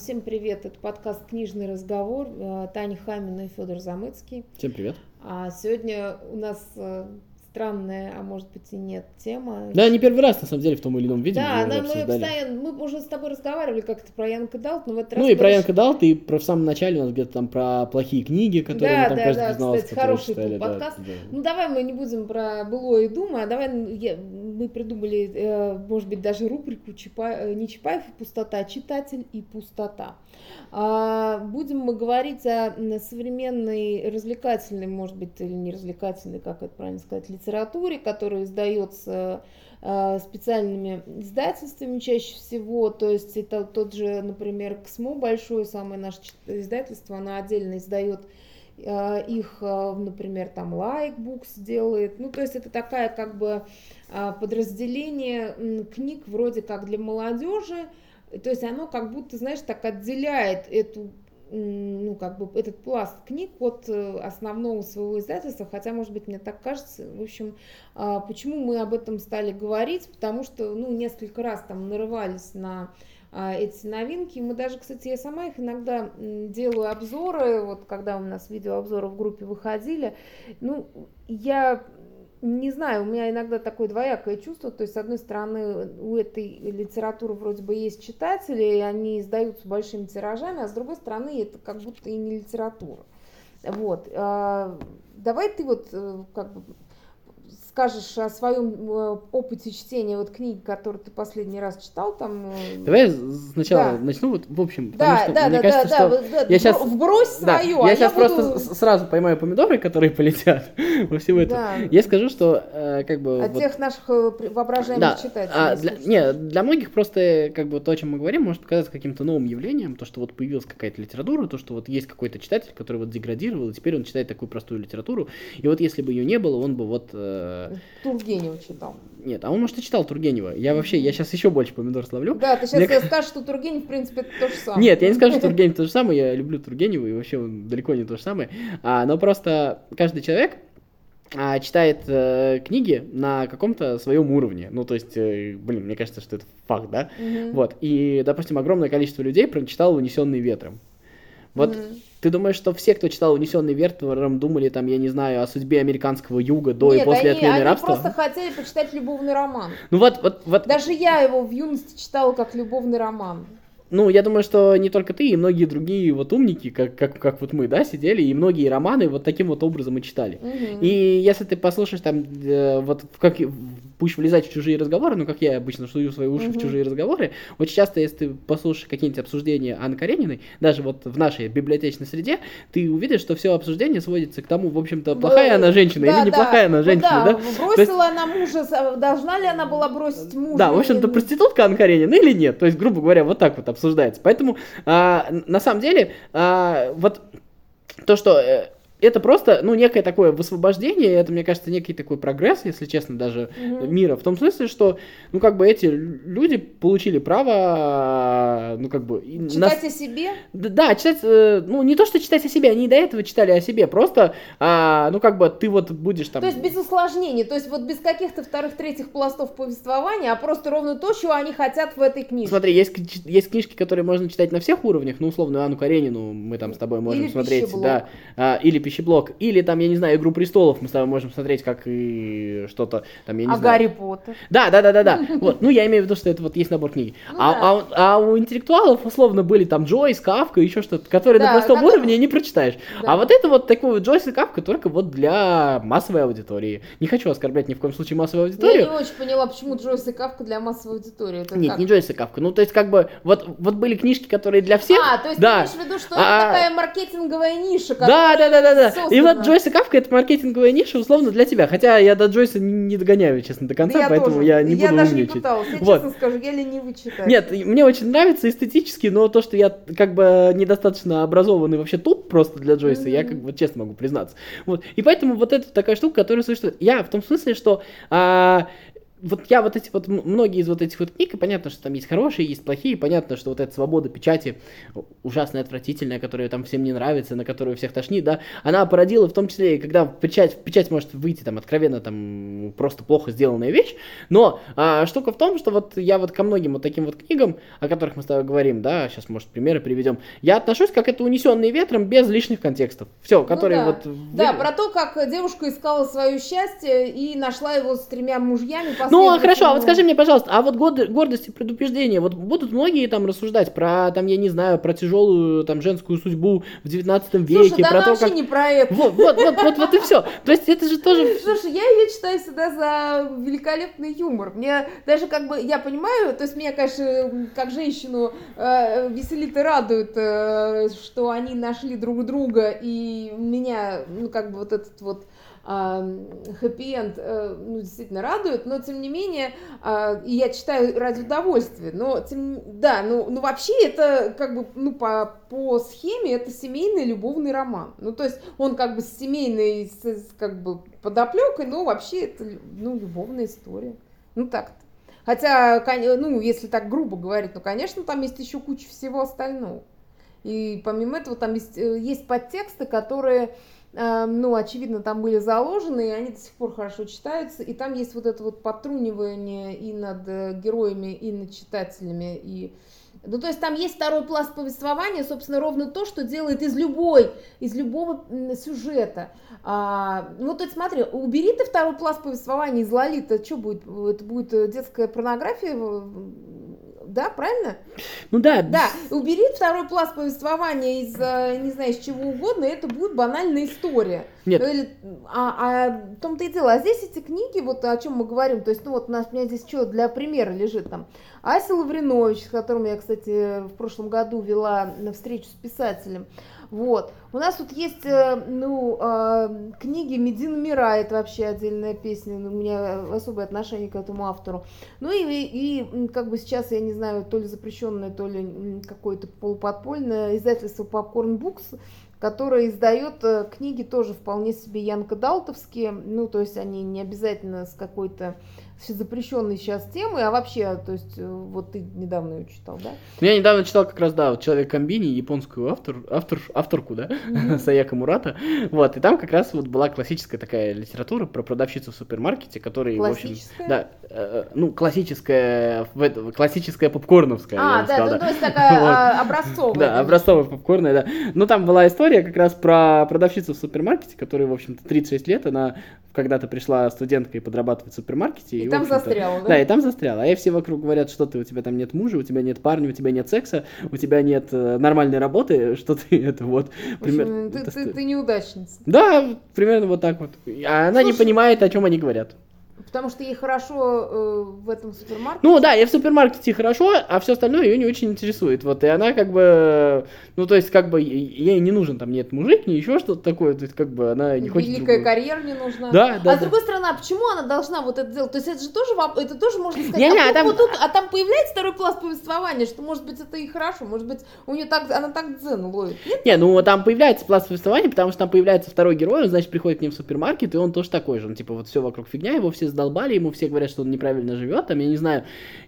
Всем привет, это подкаст «Книжный разговор», Таня Хамина и Федор Замыцкий. Всем привет. Сегодня у нас странная, а может быть и нет, тема. Да, не первый раз, на самом деле, в том или ином виде да, мы обсуждали. Мы уже с тобой разговаривали как-то про Янка Далт, но в этот раз... Ну и про Янка Далт, и в самом начале у нас где-то там про плохие книги, которые мы там каждый признался. Кстати, хороший был подкаст. Да. Ну давай мы не будем про былое и думы, а давай мы придумали, может быть, даже рубрику не Чапаев и пустота, а читатель и пустота. Будем мы говорить о современной развлекательной, может быть, или не развлекательной, как это правильно сказать, литературе, которая издается специальными издательствами чаще всего, то есть это тот же, например, КСМО большое, самое наше издательство, оно отдельно издает их, например, там Like Books делает, ну то есть это такая как бы подразделение книг вроде как для молодежи, то есть оно как будто, знаешь, так отделяет эту, ну, как бы этот пласт книг от основного своего издательства, хотя, может быть, мне так кажется. В общем, почему мы об этом стали говорить? Потому что, ну, несколько раз там нарывались на эти новинки. Мы даже, кстати, я сама их иногда делаю обзоры, вот когда у нас видеообзоры в группе выходили. Ну, я... Не знаю, у меня иногда такое двоякое чувство, то есть, с одной стороны, у этой литературы вроде бы есть читатели, и они издаются большими тиражами, а с другой стороны, это как будто и не литература. Вот. Давай ты вот как бы скажешь о своем опыте чтения вот книги, которую ты последний раз читал там. Давай сначала начну, вот, в общем, потому что мне кажется, что я сейчас... Вбрось свое, я сейчас просто сразу поймаю помидоры, которые полетят во всем этом. Я скажу, что как бы... От тех наших воображаемых читателей. Для многих просто как бы то, о чем мы говорим, может показаться каким-то новым явлением, то, что вот появилась какая-то литература, то, что вот есть какой-то читатель, который вот деградировал, и теперь он читает такую простую литературу, и вот если бы ее не было, он бы вот... Тургенева читал. Нет, а он, может, и читал Тургенева. Я сейчас еще больше помидор словлю. Да, ты сейчас скажешь, что Тургенев, в принципе, это то же самое. Нет, я не скажу, что Тургенев то же самое, я люблю Тургенева, и вообще он далеко не то же самое. Но просто каждый человек читает книги на каком-то своем уровне. Ну, то есть, мне кажется, что это факт, да? Вот. И, допустим, огромное количество людей прочитало «Унесенный ветром». Вот ты думаешь, что все, кто читал «Унесенный ветром», думали, там, я не знаю, о судьбе американского юга до и после отмены рабства? Они просто хотели почитать любовный роман. Ну вот. Даже я его в юности читала как любовный роман. Ну, я думаю, что не только ты, и многие другие вот умники, как вот мы, да, сидели, и многие романы вот таким вот образом и читали. И если ты послушаешь там, вот как пусть влезать в чужие разговоры, ну, как я обычно сую свои уши в чужие разговоры, очень часто, если ты послушаешь какие-нибудь обсуждения Анны Карениной, даже вот в нашей библиотечной среде, ты увидишь, что все обсуждение сводится к тому, в общем-то, плохая она женщина или неплохая она женщина, да? Бросила она мужа, должна ли она была бросить мужа? Да, в общем-то, проститутка Анна Каренина или нет? То есть, грубо говоря, вот так вот обсуждается. Поэтому, на самом деле, вот то, что это просто, ну, некое такое высвобождение, это, мне кажется, некий такой прогресс, если честно, даже мира, в том смысле, что, ну, как бы эти люди получили право, ну, как бы... Читать о себе? Да, читать, ну, не то, что читать о себе, они и до этого читали о себе, просто, ну, как бы ты вот будешь там... То есть без усложнений, то есть вот без каких-то вторых, третьих пластов повествования, а просто ровно то, чего они хотят в этой книжке. Смотри, есть книжки, которые можно читать на всех уровнях, ну, условно, Анну Каренину мы там с тобой можем смотреть, да, или «Пищеблок», или там, я не знаю, «Игру престолов» мы с тобой можем смотреть, как и что-то там, я не знаю. Гарри Поттер. Да. Вот, ну, я имею в виду, что это вот есть набор книги. А у интеллектуалов, условно, были там Джойс, Кафка, еще что-то, которые на простом уровне не прочитаешь. Да. А вот это вот такой вот Джойс и Кафка только вот для массовой аудитории. Не хочу оскорблять ни в коем случае массовую аудиторию. Я не очень поняла, почему Джойс и Кафка для массовой аудитории. Это нет, как? Не Джойс и Кафка. Ну, то есть, как бы, вот были книжки, которые для всех. То есть ты имеешь в виду, что это такая маркетинговая ниша, Да. И вот Джойс и Кафка — это маркетинговая ниша, условно, для тебя. Хотя я до Джойса не догоняю, честно, до конца, поэтому я не буду умничать. Я даже не пыталась, я честно скажу, я ленивый читатель. Нет, мне очень нравится эстетически, но то, что я как бы недостаточно образованный вообще туп просто для Джойса, я как бы честно могу признаться. Вот. И поэтому вот это такая штука, которая существует. Я в том смысле, что вот я вот эти вот, многие из вот этих вот книг, и понятно, что там есть хорошие, есть плохие, понятно, что вот эта свобода печати, ужасная, отвратительная, которая там всем не нравится, на которую всех тошнит, да, она породила в том числе, когда в печать может выйти там откровенно там просто плохо сделанная вещь, но штука в том, что вот я вот ко многим вот таким вот книгам, о которых мы с тобой говорим, да, сейчас, может, примеры приведем, я отношусь как это унесенные ветром без лишних контекстов, все, которые да. вот... Да, про то, как девушка искала свое счастье и нашла его с 3 мужьями. Ну, хорошо, а вот скажи мне, пожалуйста, а вот гордость и предупреждение, вот будут многие там рассуждать про, там, я не знаю, про тяжелую там женскую судьбу в 19 веке, Слушай, да, про она то, вообще как... не про это. Вот и все. То есть это же тоже... Слушай, я ее читаю всегда за великолепный юмор. Мне даже как бы, я понимаю, то есть меня, конечно, как женщину веселит и радует, что они нашли друг друга, и меня, ну, как бы вот этот вот хэппи-энд, ну, действительно радует, но тем не менее, и я читаю ради удовольствия, но да, ну вообще это как бы, ну, по схеме это семейный любовный роман, ну, то есть он как бы с семейной, как бы подоплекой, но вообще это, ну, любовная история, ну, так-то. Хотя, ну, если так грубо говорить, ну, конечно, там есть еще куча всего остального. И помимо этого там есть подтексты, которые, ну, очевидно, там были заложены, и они до сих пор хорошо читаются. И там есть вот это вот подтрунивание и над героями, и над читателями. И... Ну, то есть там есть второй пласт повествования, собственно, ровно то, что делает из любого сюжета. Ну, то есть смотри, убери ты второй пласт повествования из Лолиты, что будет? Это будет детская порнография? Да, правильно? Ну да. Да, убери второй пласт повествования из, не знаю, из чего угодно, это будет банальная история. Нет. В том-то и дело. А здесь эти книги, вот о чем мы говорим, то есть, ну вот у меня здесь что для примера лежит там. Ася Лавринович, с которым я, кстати, в прошлом году вела на встречу с писателем. Вот. У нас тут есть, книги Медина Мира, это вообще отдельная песня, у меня особое отношение к этому автору. Ну и как бы сейчас, я не знаю, то ли запрещенное, то ли какое-то полуподпольное издательство Popcorn Books, которое издает книги тоже вполне себе янко-далтовские, ну, то есть они не обязательно с какой-то запрещенной сейчас темой, а вообще, то есть, вот ты недавно ее читал, да? Я недавно читал как раз, да, вот «Человек комбини», японскую авторку, да, Саяко Мурата, вот, и там как раз вот была классическая такая литература про продавщицу в супермаркете, которая, в общем, да, классическая попкорновская, я бы сказал, да, то есть такая образцовая. Да, образцовая попкорная, да. Ну, там была история как раз про продавщицу в супермаркете, которая, в общем-то, 36 лет, она когда-то пришла студенткой подрабатывать в супермаркете. И там застряла, да? Да, и там застряла. А все вокруг говорят, что у тебя там нет мужа, у тебя нет парня, у тебя нет секса, у тебя нет нормальной работы, что ты это вот... В общем, ты неудачница. Да, примерно вот так вот. А она не понимает, о чем они говорят. Потому что ей хорошо в этом супермаркете. Ну да, ей в супермаркете хорошо, а все остальное ее не очень интересует. Вот, и она как бы, ну то есть как бы ей не нужен там нет мужик, ни еще что-то такое, то есть как бы она не хочет. Великая карьера не нужна. Да. С другой стороны, а почему она должна вот это делать? То есть это же тоже можно сказать. А там появляется второй пласт повествования, что может быть это и хорошо, может быть у нее она так дзен ловит. Нет? Не, ну там появляется пласт повествования, потому что там появляется второй герой, он значит приходит к ним в супермаркет, и он тоже такой же, он типа вот все вокруг фигня, его все задолбали, ему все говорят, что он неправильно живет, там, я не знаю,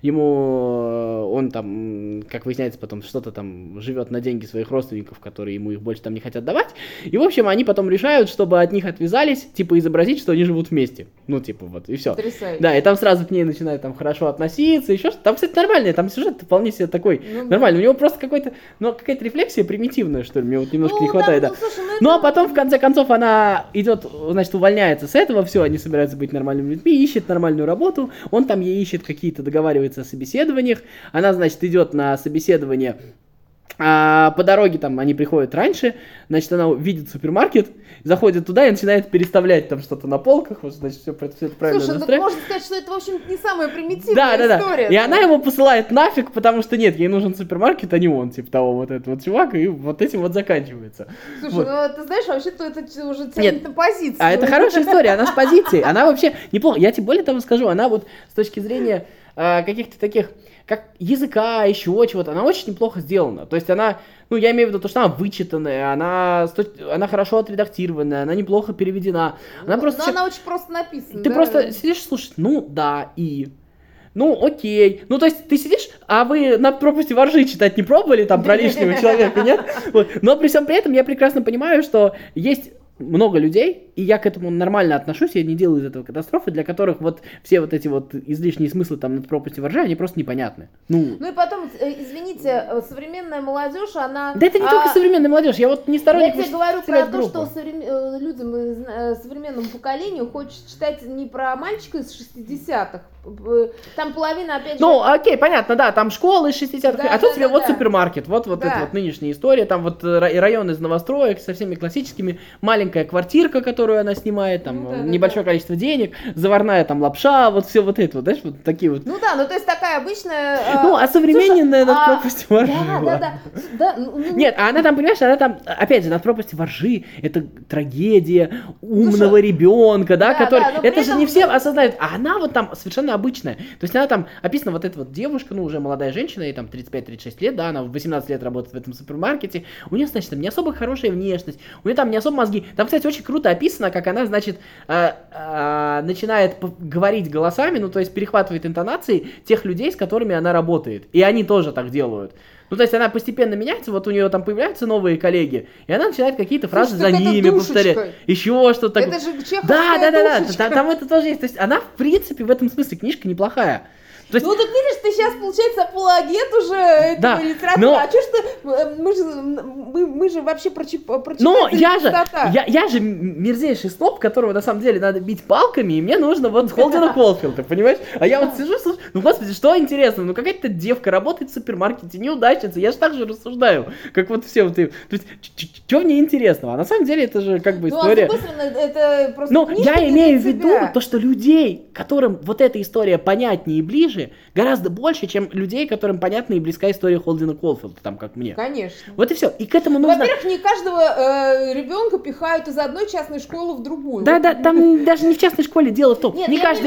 он там, как выясняется потом, что-то там живет на деньги своих родственников, которые ему их больше там не хотят давать, и, в общем, они потом решают, чтобы от них отвязались, типа, изобразить, что они живут вместе, ну, типа, вот, и все. Потрясающе. Да, и там сразу к ней начинают там хорошо относиться, еще что-то, там, кстати, нормальный, там сюжет вполне себе такой, нормальный, у него просто какая-то рефлексия примитивная, что ли, мне вот немножко не хватает, да. Ну, а потом, в конце концов, она идет, значит, увольняется с этого, все, они собираются быть нормальными людьми, ищет нормальную работу, он там ей ищет какие-то, договаривается о собеседованиях, она, значит, идет на собеседование, а по дороге там они приходят раньше, значит, она видит супермаркет, заходит туда и начинает переставлять там что-то на полках, вот, значит, все это правильно настраивает. Слушай, ну можно сказать, что это, в общем, не самая примитивная история. И она его посылает нафиг, потому что нет, ей нужен супермаркет, а не он, типа того, вот этот вот чувак, и вот этим вот заканчивается. Слушай, вот. Ну ты знаешь, вообще-то это уже тянет на позицию. А это хорошая история, она с позицией, она вообще неплохо, я тебе более того скажу, она вот с точки зрения каких-то таких как языка, еще чего-то, она очень неплохо сделана. То есть она, ну, я имею в виду то, что она вычитанная, она хорошо отредактированная, она неплохо переведена. Она просто... Но она очень просто написана. Ты просто сидишь и слушаешь, ну, да, и... Ну, окей. Ну, то есть, ты сидишь, а вы «Над пропастью во ржи» читать не пробовали, там, про лишнего человека, нет? Вот. Но при всем при этом я прекрасно понимаю, что есть много людей, и я к этому нормально отношусь, я не делаю из этого катастрофы, для которых вот все вот эти вот излишние смыслы там «Над пропастью во ржи», они просто непонятны. Ну и потом, извините, современная молодежь, она... Да это не только современная молодежь, я вот не сторонник... Я тебе говорю про то, что людям, современному поколению хочется читать не про мальчика из 60-х, там половина, опять же... Ну, окей, понятно, да, там школы из 60-х, да, а тут тебе вот супермаркет, вот да. Это вот нынешняя история, там вот район из новостроек со всеми классическими, маленькая квартирка, которую она снимает, там небольшое количество денег, заварная там лапша, вот все вот это вот, знаешь, вот такие вот. Ну да, ну то есть такая обычная... Ну, а современная «Над пропастью во ржи». Да. Нет, а она там, понимаешь, она там, опять же, «Над пропастью во ржи» это трагедия умного ребенка, да, который... Это же не все осознают, а она вот там совершенно обычная. То есть она там описана вот эта вот девушка, ну уже молодая женщина, ей там 35-36 лет, да, она в 18 лет работает в этом супермаркете, у нее, значит, там не особо хорошая внешность, у нее там не особо мозги. Там, кстати, очень круто описано, как она, значит, начинает говорить голосами, ну то есть перехватывает интонации тех людей, с которыми она работает. И они тоже так делают. Ну, то есть она постепенно меняется, вот у нее там появляются новые коллеги, и она начинает какие-то фразы за ними повторять. Еще что-то. Это же чеховская Да, там это тоже есть. То есть она, в принципе, в этом смысле книжка неплохая. То есть... Ну, так видишь, ты сейчас, получается, апологет уже этого литературы. А что ж ты... Мы же вообще прочитали... Ну, я же мерзейший сноб, которого на самом деле надо бить палками, и мне нужно вот Холдена Колфилда, понимаешь? А я вот сижу, слушаю, ну, господи, что интересно, ну, какая-то девка работает в супермаркете, неудачница, я же так же рассуждаю, как вот все вот... То есть, что мне интересного? А на самом деле это же как бы история... Ну, а с другой стороны, это просто Ну, я имею в виду то, что людей, которым вот эта история понятнее и ближе, гораздо больше, чем людей, которым понятна и близка история Холдена Колфилда, там, как мне. Конечно. Вот и все. И к этому нужно... Во-первых, не каждого ребенка пихают из одной частной школы в другую. Да, там даже не в частной школе дело в том. Нет, не каждый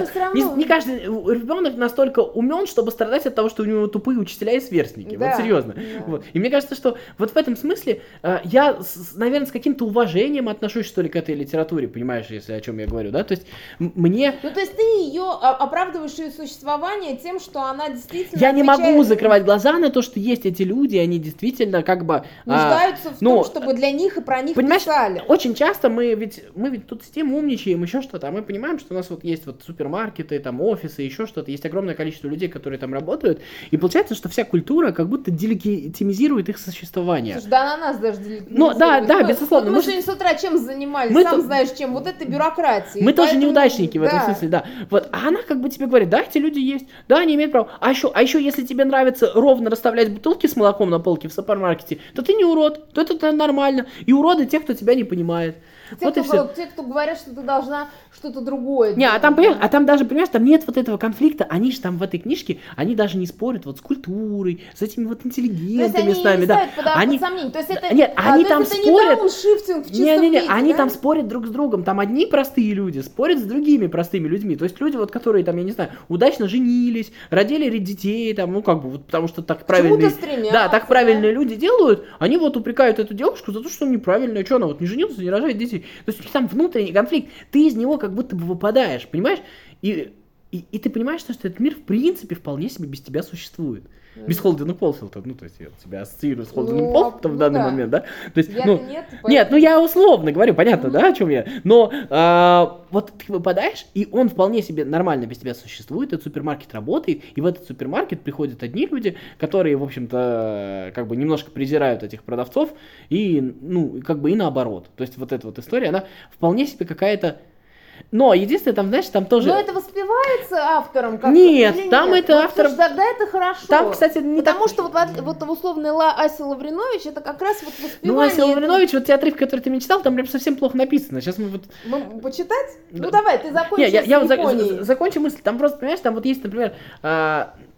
ребенок настолько умен, чтобы страдать от того, что у него тупые учителя и сверстники. Да, вот серьезно. Да. Вот. И мне кажется, что вот в этом смысле я, наверное, с каким-то уважением отношусь, что ли, к этой литературе, понимаешь, если о чем я говорю, да? То есть мне... Ну, то есть ты ее оправдываешь ее существование тем, что она действительно... Я не могу закрывать глаза на то, что есть эти люди, они действительно как бы... нуждаются в том, чтобы для них и про них писали. Очень часто мы ведь тут сидим, умничаем, еще что-то, а мы понимаем, что у нас вот есть вот супермаркеты, там офисы, еще что-то, есть огромное количество людей, которые там работают, и получается, что вся культура как будто делегитимизирует их существование. Слушай, да, на нас даже делегитимизирует. Ну, да, безусловно. Мы сегодня с утра чем занимались, сам знаешь чем, вот этой бюрократией. Мы тоже неудачники в этом смысле, да. Вот, а она как бы тебе говорит, да, эти люди есть, да, они имеют право. А еще, если тебе нравится ровно расставлять бутылки с молоком на полке в супермаркете, то ты не урод, то это нормально. И уроды те, кто тебя не понимает. Те, кто говорят, что ты должна что-то другое делать. А там даже, понимаешь, там нет вот этого конфликта. Они же там в этой книжке, они даже не спорят вот с культурой, с этими вот интеллигентами с нами. Да. Они сомнений. То есть это, нет, они там спорят. Они там спорят друг с другом. Там одни простые люди спорят с другими простыми людьми. То есть люди, вот, которые там, я не знаю, удачно женились, родили детей, там, ну как бы, вот, потому что так правильные, так правильные люди делают, они вот упрекают эту девушку за то, что она неправильная, что она вот не женилась, не рожает детей. То есть там внутренний конфликт, ты из него как будто бы выпадаешь, понимаешь? И ты понимаешь, что этот мир в принципе вполне себе без тебя существует. Без Холдена Колфилда, ну, то есть я тебя ассоциирую с Холденом Колфилдом в данный момент, да? То есть, нет, я условно говорю, понятно, да, о чем я? Но вот ты выпадаешь, и он вполне себе нормально без тебя существует, этот супермаркет работает, и в этот супермаркет приходят одни люди, которые, в общем-то, как бы немножко презирают этих продавцов, и, ну, как бы и наоборот. То есть вот эта вот история, она вполне себе какая-то... Но единственное, там, знаешь, там тоже... Но это воспевается автором? Как нет, там это ну, автором... Слушай, тогда это хорошо. Там, кстати, не Потому что вот условная Ася Лавринович, это как раз вот воспевание... Ну, Ася Лавринович, вот те отрывки, которые ты мне читал, там прям совсем плохо написано. Сейчас мы вот... Почитать? Да. Ну, давай, ты закончи. Я вот закончу мысль. Там просто, понимаешь, там вот есть, например...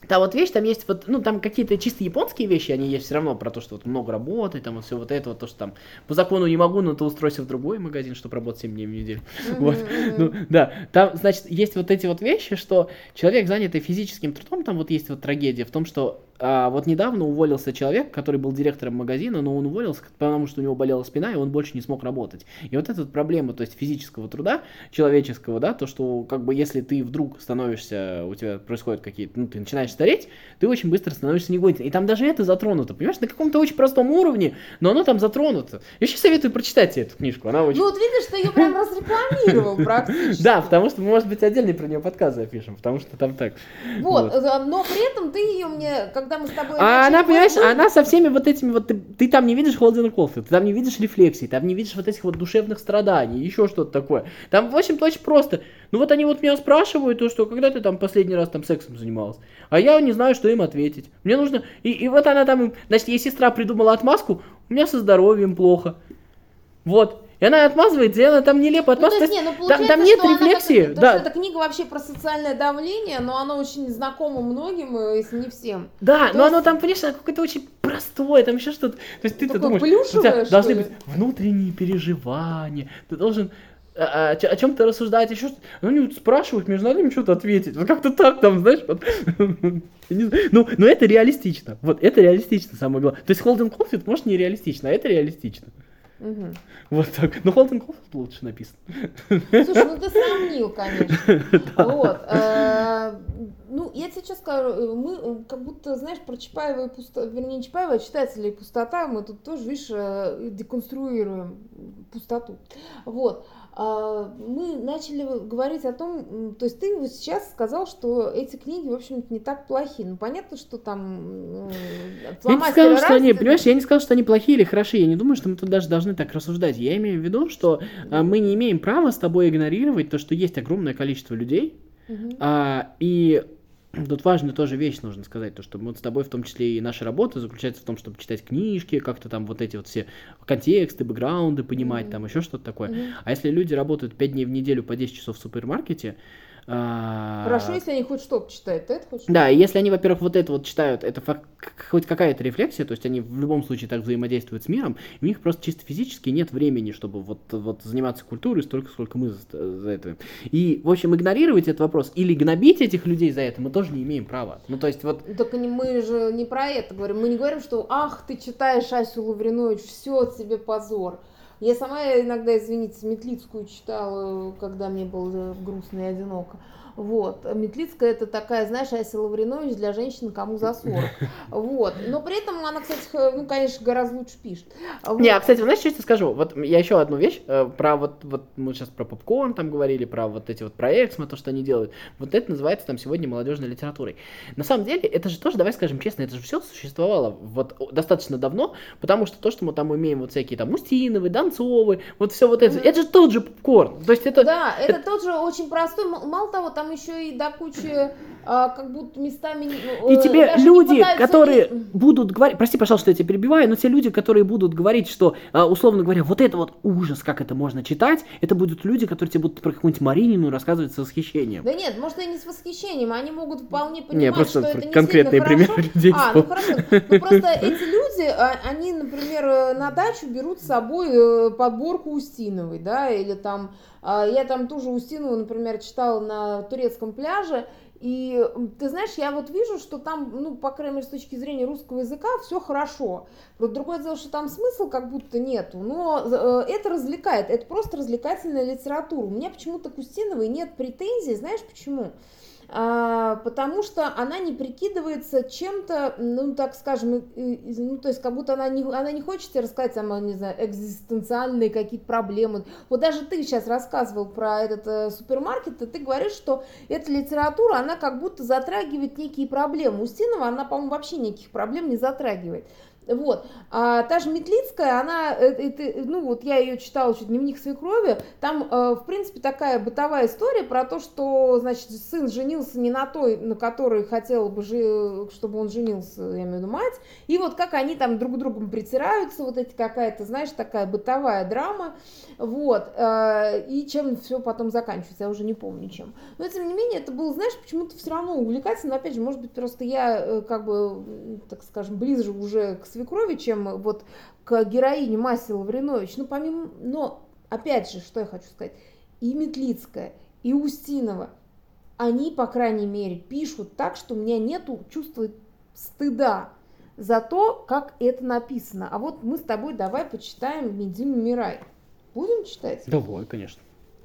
Та вот вещь, там есть вот, ну, там какие-то чисто японские вещи, они есть все равно про то, что вот много работы, там вот все вот это, вот то, что там по закону не могу, но ты устройся в другой магазин, чтобы работать 7 дней в неделю. Вот, ну, да, там, значит, есть вот эти вот вещи, что человек, занятый физическим трудом, там вот есть вот трагедия в том, что вот недавно уволился человек, который был директором магазина, но он уволился, потому что у него болела спина, и он больше не смог работать. И вот эта вот проблема, то есть физического труда, человеческого, да, то, что как бы если ты вдруг становишься, у тебя происходят какие-то, ну, ты начинаешь стареть, ты очень быстро становишься негоден. И там даже это затронуто, понимаешь, на каком-то очень простом уровне, но оно там затронуто. Я еще советую прочитать тебе эту книжку, она очень... Ну вот видишь, ты ее прям разрекламировал практически. Да, потому что мы, может быть, отдельный про нее подкаст запишем, потому что там так. Вот, но при этом ты ее мне, когда мы с тобой... Она, понимаешь, она со всеми вот этими вот... Ты там не видишь Холдена Колфилда, ты там не видишь рефлексий, там не видишь вот этих вот душевных страданий, еще что-то такое. Там, в общем-то, очень просто. Ну вот они вот меня спрашивают, то, что когда ты там последний раз там сексом занималась, а я не знаю, что им ответить. Мне нужно... И вот она там... Значит, ей сестра придумала отмазку, у меня со здоровьем плохо. Вот. И она отмазывается, и она там нелепо отмазывается. Там нет рефлексии. Да. Эта книга вообще про социальное давление, но она очень знакома многим, если не всем. Да, но оно там, понимаешь, какое-то очень простое, там еще что-то. То есть ты-то думаешь, у тебя должны быть внутренние переживания, ты должен о чем-то рассуждать, еще что-то. Ну, они спрашивают, мне же надо им что-то ответить. Вот как-то так там, знаешь, вот. Ну, это реалистично. Вот, это реалистично, самое главное. То есть Холден Колфилд, может, не реалистично, а это реалистично. Угу. Вот так. Но Холден Колфилд лучше написан. Слушай, ну ты сравнил, конечно. Вот. Ну, я тебе сейчас скажу, мы как будто, знаешь, про Чапаева и пустота, вернее, не Чапаева, а читателя и пустота, мы тут тоже, видишь, деконструируем пустоту. Вот. Мы начали говорить о том, то есть ты вот сейчас сказал, что эти книги, в общем-то, не так плохи. Ну, понятно, что там я не сказал, что они, понимаешь, я не сказал, что они плохие или хороши. Я не думаю, что мы тут даже должны так рассуждать. Я имею в виду, что мы не имеем права с тобой игнорировать то, что есть огромное количество людей, и тут важную тоже вещь нужно сказать, то, что мы вот с тобой, в том числе и наша работа, заключается в том, чтобы читать книжки, как-то там вот эти вот все контексты, бэкграунды понимать, там еще что-то такое. А если люди работают 5 дней в неделю по 10 часов в супермаркете... Хорошо, если они хоть что-то читают, ты это хочешь? Да, и если они, во-первых, вот это вот читают, это хоть какая-то рефлексия, то есть они в любом случае так взаимодействуют с миром, у них просто чисто физически нет времени, чтобы вот заниматься культурой столько, сколько мы за это. И, в общем, игнорировать этот вопрос или гнобить этих людей за это мы тоже не имеем права. Ну, то есть вот... Так мы же не про это говорим, мы не говорим, что «ах, ты читаешь Асю Лавринович, все, тебе позор». Я сама иногда, извините, Метлицкую читала, когда мне было грустно и одиноко. Вот. Метлицкая — это такая, знаешь, Ася Лавринович для женщин, кому за 40. Вот. Но при этом она, кстати, ну, конечно, гораздо лучше пишет. Вот. Не, кстати, знаешь, что я тебе скажу? Вот я еще одну вещь, про вот мы сейчас про попкорн там говорили, про вот эти вот про Эксмо, то, что они делают. Вот это называется там сегодня молодежной литературой. На самом деле, это же тоже, давай скажем честно, это же все существовало вот достаточно давно, потому что то, что мы там имеем, вот всякие там Устиновы, Донцовы, вот все вот это же тот же попкорн. То есть это... Да, это тот же очень простой, мало того, там еще и до кучи, как будто местами... И тебе люди, которые будут говорить... Прости, пожалуйста, я тебя перебиваю, но те люди, которые будут говорить, что, условно говоря, вот это вот ужас, как это можно читать, это будут люди, которые тебе будут про какую-нибудь Маринину рассказывать с восхищением. Да нет, может, и не с восхищением, они могут вполне понимать, просто что это конкретные примеры людей. Ну хорошо, ну просто эти люди, они, например, на дачу берут с собой подборку Устиновой, да, или там... Я там тоже Устинову, например, читала на турецком пляже, и ты знаешь, я вот вижу, что там, ну, по крайней мере, с точки зрения русского языка, все хорошо. Вот другое дело, что там смысла как будто нету, но это развлекает, это просто развлекательная литература. У меня почему-то к Устиновой нет претензий, знаешь почему? Потому что она не прикидывается чем-то, ну, так скажем, ну, то есть как будто она не хочет тебе рассказать, там, не знаю, экзистенциальные какие-то проблемы. Вот даже ты сейчас рассказывал про этот супермаркет, и ты говоришь, что эта литература, она как будто затрагивает некие проблемы. Устинова, она, по-моему, вообще никаких проблем не затрагивает. Вот. А та же Метлицкая, она, ну вот я ее читала, «Дневник свекрови», там, в принципе, такая бытовая история про то, что, значит, сын женился не на той, на которой хотела бы, чтобы он женился, я имею в виду мать, и вот как они там друг к другу притираются, вот эти какая-то, знаешь, такая бытовая драма, вот, и чем все потом заканчивается, я уже не помню чем. Но, тем не менее, это было, знаешь, почему-то все равно увлекательно, опять же, может быть, просто я, как бы, так скажем, ближе уже к свекрови, чем вот к героине Масе Лавринович. Ну, помимо, но, опять же, что я хочу сказать, и Метлицкая, и Устинова, они, по крайней мере, пишут так, что у меня нету чувства стыда за то, как это написано. А вот мы с тобой давай почитаем «Медину Мирай». Будем читать? Давай, конечно.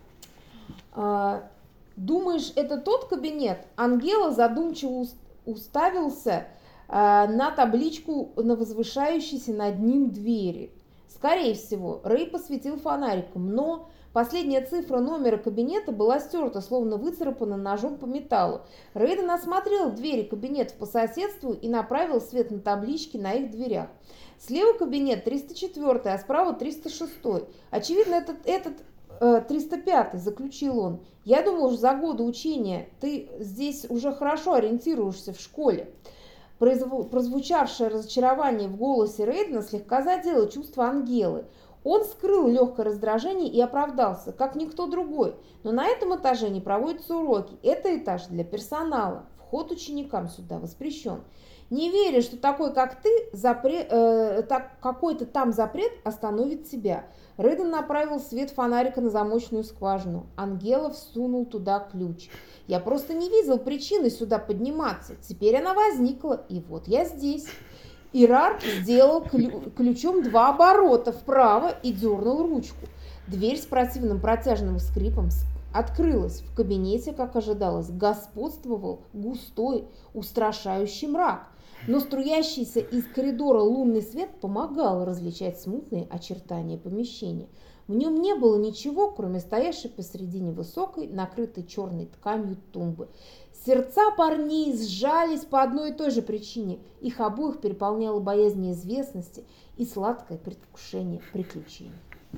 Думаешь, это тот кабинет? Ангела задумчиво уставился на табличку на возвышающейся над ним двери. Скорее всего, Рэй посветил фонариком, но последняя цифра номера кабинета была стерта, словно выцарапана ножом по металлу. Рейден осмотрел двери кабинетов по соседству и направил свет на таблички на их дверях. Слева кабинет 304, а справа 306. Очевидно, этот 305-й, заключил он. Я думал, что за годы учения ты здесь уже хорошо ориентируешься в школе. Прозвучавшее разочарование в голосе Рейдена слегка задело чувство Ангелы. Он скрыл легкое раздражение и оправдался, как никто другой. Но на этом этаже не проводятся уроки. Это этаж для персонала. Вход ученикам сюда воспрещен. Не верю, что такой, как ты, какой-то там запрет остановит тебя. Рейден направил свет фонарика на замочную скважину. Ангела всунул туда ключ. Я просто не видел причины сюда подниматься. Теперь она возникла, и вот я здесь. Ирар сделал ключом 2 оборота вправо и дернул ручку. Дверь с противным протяжным скрипом открылась. В кабинете, как ожидалось, господствовал густой, устрашающий мрак. Но струящийся из коридора лунный свет помогал различать смутные очертания помещения. В нем не было ничего, кроме стоявшей посредине высокой, накрытой черной тканью тумбы. Сердца парней сжались по одной и той же причине. Их обоих переполняла боязнь неизвестности и сладкое предвкушение приключений.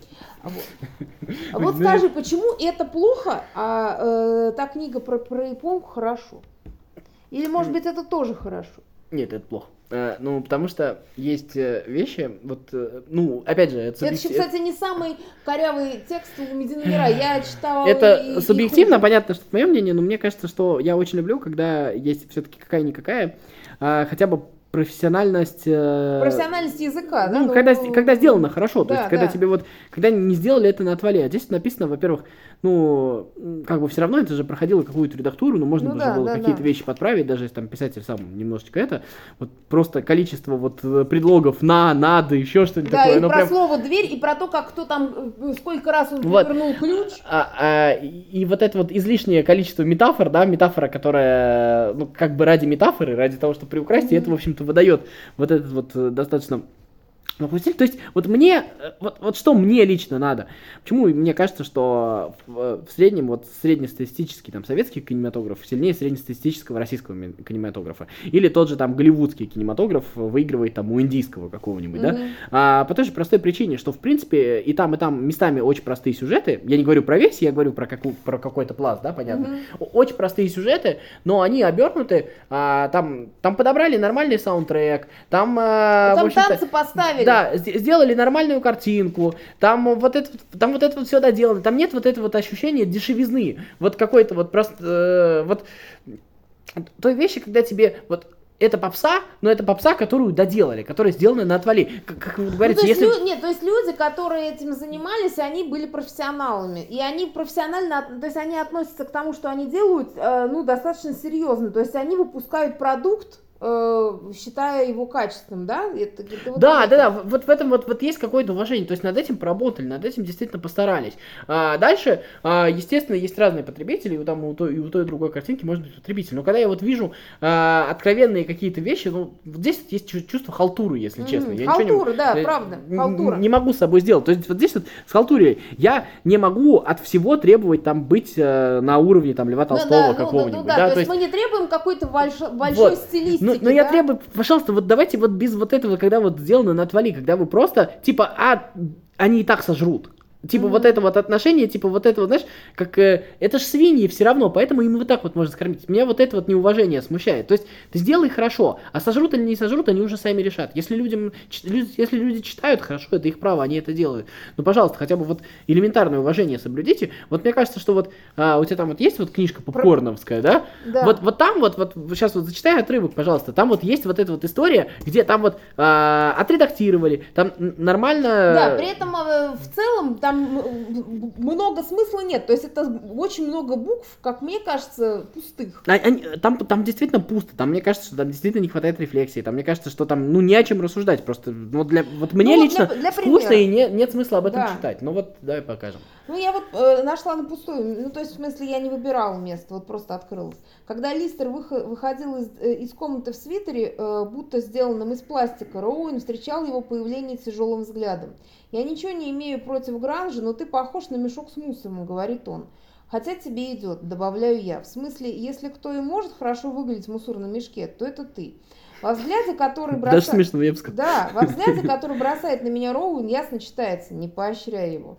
Вот скажи, почему это плохо, а та книга про японку хорошо? Или, может быть, это тоже хорошо? Нет, это плохо. Ну, потому что есть вещи, вот, ну, опять же... Это еще, кстати, не самый корявый текст у «Медины Мирай». Я читала... Это субъективно, понятно, что это мое мнение, но мне кажется, что я очень люблю, когда есть все-таки какая-никакая, хотя бы профессиональность языка, да? Ну, когда сделано хорошо, то есть, когда тебе вот, когда не сделали это на отвале, а здесь написано, во-первых, ну, как бы все равно это же проходило какую-то редактуру, но можно было какие-то вещи подправить, даже если там писатель сам немножечко это, вот просто количество вот предлогов на, надо, еще что-нибудь такое. Да, и про слово «дверь», и про то, как кто там, сколько раз он повернул ключ. И вот это вот излишнее количество метафор, да, метафора, которая, ну, как бы ради метафоры, ради того, чтобы приукрасить, это, в общем-то, выдает вот этот вот достаточно... То есть, вот мне, вот что мне лично надо? Почему мне кажется, что в среднем, вот среднестатистический там советский кинематограф сильнее среднестатистического российского кинематографа? Или тот же там голливудский кинематограф выигрывает там у индийского какого-нибудь, да? По той же простой причине, что в принципе и там местами очень простые сюжеты. Я не говорю про весь, я говорю про какой-то пласт, да, понятно? Очень простые сюжеты, но они обернуты, там подобрали нормальный саундтрек, там танцы поставили. Да, сделали нормальную картинку, там вот это вот все доделано, там нет вот этого вот ощущения дешевизны, вот какой-то вот просто, вот той вещи, когда тебе вот это попса, но это попса, которую доделали, которая сделана на отвали. Как вы говорите, то есть люди, которые этим занимались, они были профессионалами, и они профессионально, то есть они относятся к тому, что они делают, ну, достаточно серьезно, то есть они выпускают продукт, считая его качественным, да? Да, вот в этом вот есть какое-то уважение, то есть над этим поработали, над этим действительно постарались. Дальше, естественно, есть разные потребители, и у той и другой картинки может быть потребитель, но когда я вот вижу откровенные какие-то вещи, ну, вот здесь есть чувство халтуры, если честно. Халтура, правда, халтура. Не могу с собой сделать, то есть вот здесь вот с халтурой я не могу от всего требовать там быть на уровне там Льва Толстого какого-нибудь. То есть мы не требуем какой-то большой стилистики. политики, но я требую, пожалуйста, вот давайте вот без вот этого, когда вот сделано на отвали, когда вы просто, типа, они и так сожрут. Типа вот это вот отношение, типа вот это вот, знаешь, как это ж свиньи все равно, поэтому им вот так вот можно скормить. Меня вот это вот неуважение смущает. То есть ты сделай хорошо, а сожрут или не сожрут, они уже сами решат. Если люди читают хорошо, это их право, они это делают. Ну, пожалуйста, хотя бы вот элементарное уважение соблюдите. Вот мне кажется, что вот у тебя там вот есть вот книжка попкорновская, да? Да. Вот там вот сейчас вот зачитай отрывок, пожалуйста. Там вот есть вот эта вот история, где там вот отредактировали, там нормально. Да, при этом в целом там много смысла нет. То есть это очень много букв, как мне кажется, пустых. Там действительно пусто. Там, мне кажется, что там действительно не хватает рефлексии. Там, мне кажется, что там, не о чем рассуждать. Просто вот мне лично для скучно и нет смысла об этом читать. Ну вот, давай покажем. Я вот нашла на пустую. То есть, в смысле, я не выбирала место, вот просто открылась. Когда Листер выходил из комнаты в свитере, будто сделанном из пластика, Роуэн встречал его появление тяжелым взглядом. «Я ничего не имею против гранжа, но ты похож на мешок с мусором», — говорит он. «Хотя тебе идет», — добавляю я. «В смысле, если кто и может хорошо выглядеть в мусорном мешке, то это ты». Во взгляде, который бросает... Даже смешно, я бы сказал. Да, во взгляде, который бросает на меня Роуэн, ясно читается, не поощряя его.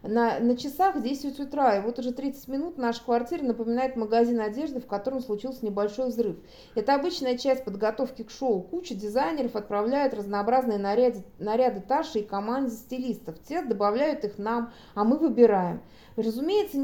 На часах 10 утра, и вот уже 30 минут наша квартира напоминает магазин одежды, в котором случился небольшой взрыв. Это обычная часть подготовки к шоу. Куча дизайнеров отправляют разнообразные наряды Таши и команде стилистов. Те добавляют их нам, а мы выбираем. Разумеется,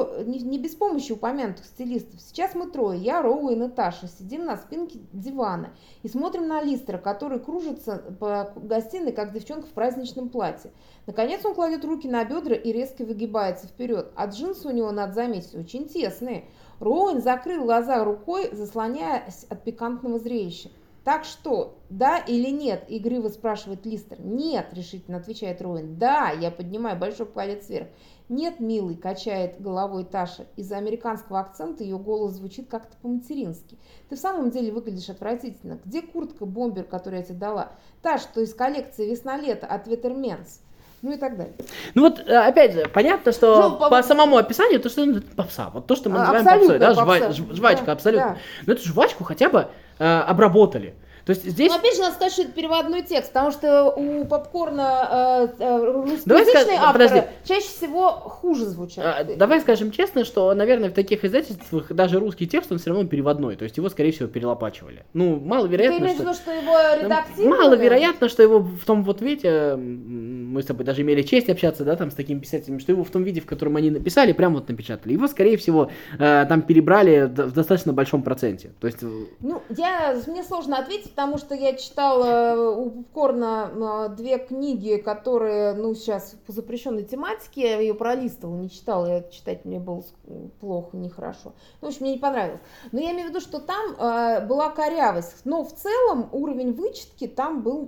не без помощи упомянутых стилистов. Сейчас мы трое, я, Роуэн и Таша, сидим на спинке дивана и смотрим на Листера, который кружится по гостиной, как девчонка в праздничном платье. Наконец он кладет руки на бедра и резко выгибается вперед, а джинсы у него, надо заметить, очень тесные. Роуэн закрыл глаза рукой, заслоняясь от пикантного зрелища. «Так что, да или нет?» – игриво спрашивает Листер. «Нет», – решительно отвечает Роуэн. «Да», – я поднимаю большой палец вверх. «Нет, милый», – качает головой Таша. Из-за американского акцента ее голос звучит как-то по-матерински. «Ты в самом деле выглядишь отвратительно. Где куртка-бомбер, которую я тебе дала? Та, что из коллекции весна-лето от Ветерменс». Ну и так далее. Ну вот, опять же, понятно, что по самому описанию, то, что это попса. Вот то, что мы называем попсой, да, жвачка, абсолютно. Да. Но эту жвачку хотя бы обработали. То есть здесь... Но опять же, надо сказать, что это переводной текст, потому что у попкорна русскоязычные авторы чаще всего хуже звучат. Давай скажем честно, что, наверное, в таких издательствах даже русский текст, он все равно переводной, то есть его, скорее всего, перелопачивали. Ну, маловероятно, ты имеешь в виду, что его редактировали? Маловероятно, что его в том вот виде, мы с тобой даже имели честь общаться, да, там, с такими писателями, что его в том виде, в котором они написали, прям вот напечатали. Его, скорее всего, там перебрали в достаточно большом проценте. То есть... Ну, мне сложно ответить, потому что я читала у Попкорна 2 книги, которые, сейчас по запрещенной тематике, я ее пролистывала, не читала, читать мне было плохо, нехорошо. В общем, мне не понравилось. Но я имею в виду, что там была корявость, но в целом уровень вычетки там был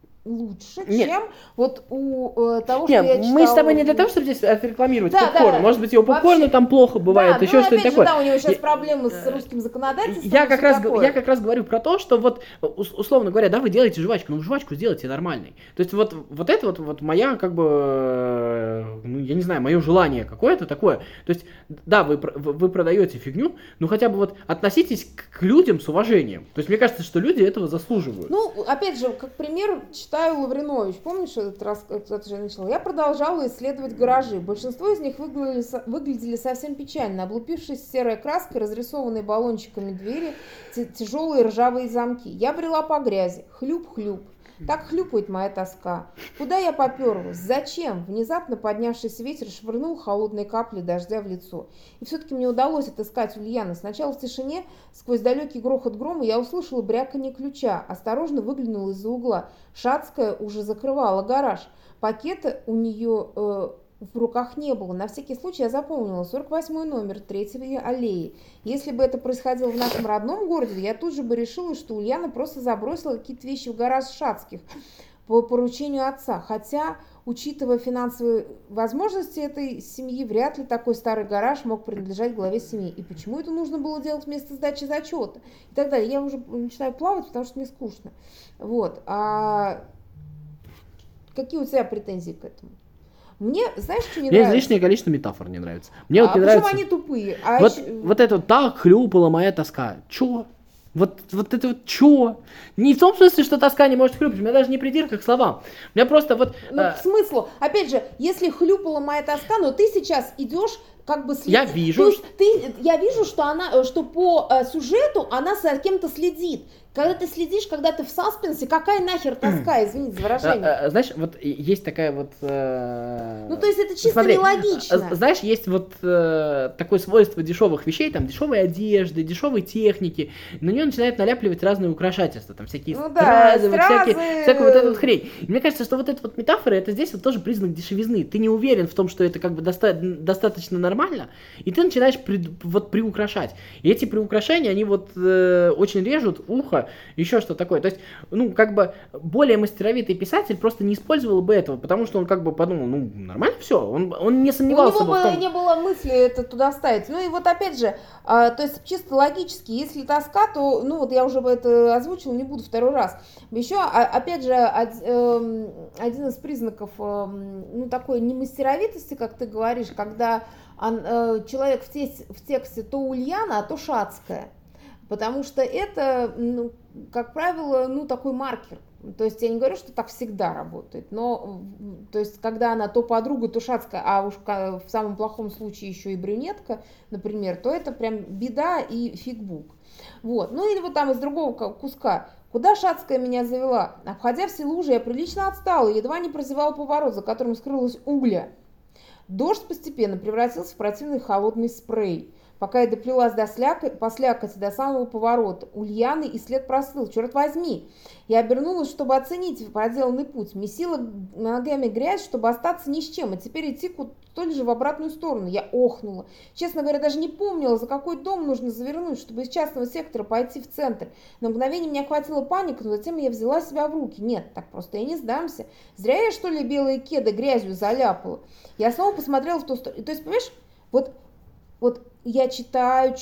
лучше, чем вот у того, что я читала. Мы с тобой не для того, чтобы здесь отрекламировать попкорн. Может быть, его попкорна там плохо бывает, еще что-то такое. Да, у него сейчас проблемы с русским законодательством. Я как раз говорю про то, что вот, условно говоря, да, вы делаете жвачку, но жвачку сделайте нормальной. То есть вот это вот моя, как бы, я не знаю, мое желание какое-то такое. То есть, да, вы продаете фигню, но хотя бы вот относитесь к людям с уважением. То есть, мне кажется, что люди этого заслуживают. Ну, опять же, как пример, читаю Лавринович, помнишь, этот раз, это же я начала? Я продолжала исследовать гаражи. Большинство из них выглядели совсем печально. Облупившись серая краска, разрисованные баллончиками двери, тяжелые ржавые замки. Я брела по грязи. Хлюп-хлюп. Так хлюпает моя тоска. Куда я поперлась? Зачем? Внезапно поднявшийся ветер швырнул холодные капли дождя в лицо. И все-таки мне удалось отыскать Ульяну. Сначала в тишине, сквозь далекий грохот грома, я услышала бряканье ключа. Осторожно выглянула из-за угла. Шацкая уже закрывала гараж. Пакета у нее в руках не было. На всякий случай я запомнила 48-й номер 3-й аллеи. Если бы это происходило в нашем родном городе, я тут же бы решила, что Ульяна просто забросила какие-то вещи в гараж Шацких по поручению отца. Хотя, учитывая финансовые возможности этой семьи, вряд ли такой старый гараж мог принадлежать главе семьи. И почему это нужно было делать вместо сдачи зачета? И так далее. Я уже начинаю плавать, потому что мне скучно. Вот. А какие у тебя претензии к этому? Мне, знаешь, что не мне нравится? излишнее количество метафор не нравится. Мне вот не нравится. Почему они тупые? Вот это вот так хлюпала моя тоска. Чё? Вот это вот чё? Не в том смысле, что тоска не может хлюпать, у меня даже не придирка к словам. У меня просто вот... Ну, к смыслу, опять же, если хлюпала моя тоска, но ты сейчас идешь как бы следить. Я вижу. То есть я вижу, что по сюжету она за кем-то следит. Когда ты следишь, когда ты в саспенсе, какая нахер тоска, извините за выражение. Знаешь, вот есть такая вот... Ну, то есть это чисто смотри, нелогично. Знаешь, есть вот такое свойство дешевых вещей, там, дешевой одежды, дешевой техники, на нее начинают наляпливать разные украшательства, там, всякие стразы, вот всякую вот эту вот хрень. И мне кажется, что вот эта вот метафора, это здесь вот тоже признак дешевизны. Ты не уверен в том, что это как бы достаточно нормально, и ты начинаешь вот приукрашать. И эти приукрашения, они вот очень режут ухо, еще что такое. То есть, ну, как бы, более мастеровитый писатель просто не использовал бы этого, потому что он как бы подумал, ну, нормально все, он не сомневался бы в том. Не было мысли это туда ставить. Ну и вот опять же, то есть чисто логически, если тоска, то, ну вот я уже это озвучила, не буду второй раз. Еще, опять же, один из признаков, ну, такой немастеровитости, как ты говоришь, когда человек в тексте то Ульяна, а то Шацкая. Потому что это, ну, как правило, ну, такой маркер. То есть я не говорю, что так всегда работает, но то есть когда она то подруга, то Шацкая, а уж в самом плохом случае еще и брюнетка, например, то это прям беда и фигбук. Вот. Ну или вот там из другого куска. Куда Шацкая меня завела? Обходя все лужи, я прилично отстала, едва не прозевала поворот, за которым скрылась Угля. Дождь постепенно превратился в противный холодный спрей. Пока я доплелась по слякоти до самого поворота, Ульяны и след простыл, черт возьми. Я обернулась, чтобы оценить проделанный путь, месила ногами грязь, чтобы остаться ни с чем, и теперь идти столь же в обратную сторону. Я охнула. Честно говоря, даже не помнила, за какой дом нужно завернуть, чтобы из частного сектора пойти в центр. На мгновение меня охватила паника, но затем я взяла себя в руки. Нет, так просто я не сдамся. Зря я, что ли, белые кеды грязью заляпала. Я снова посмотрела в ту сторону. То есть, понимаешь, вот я читаю,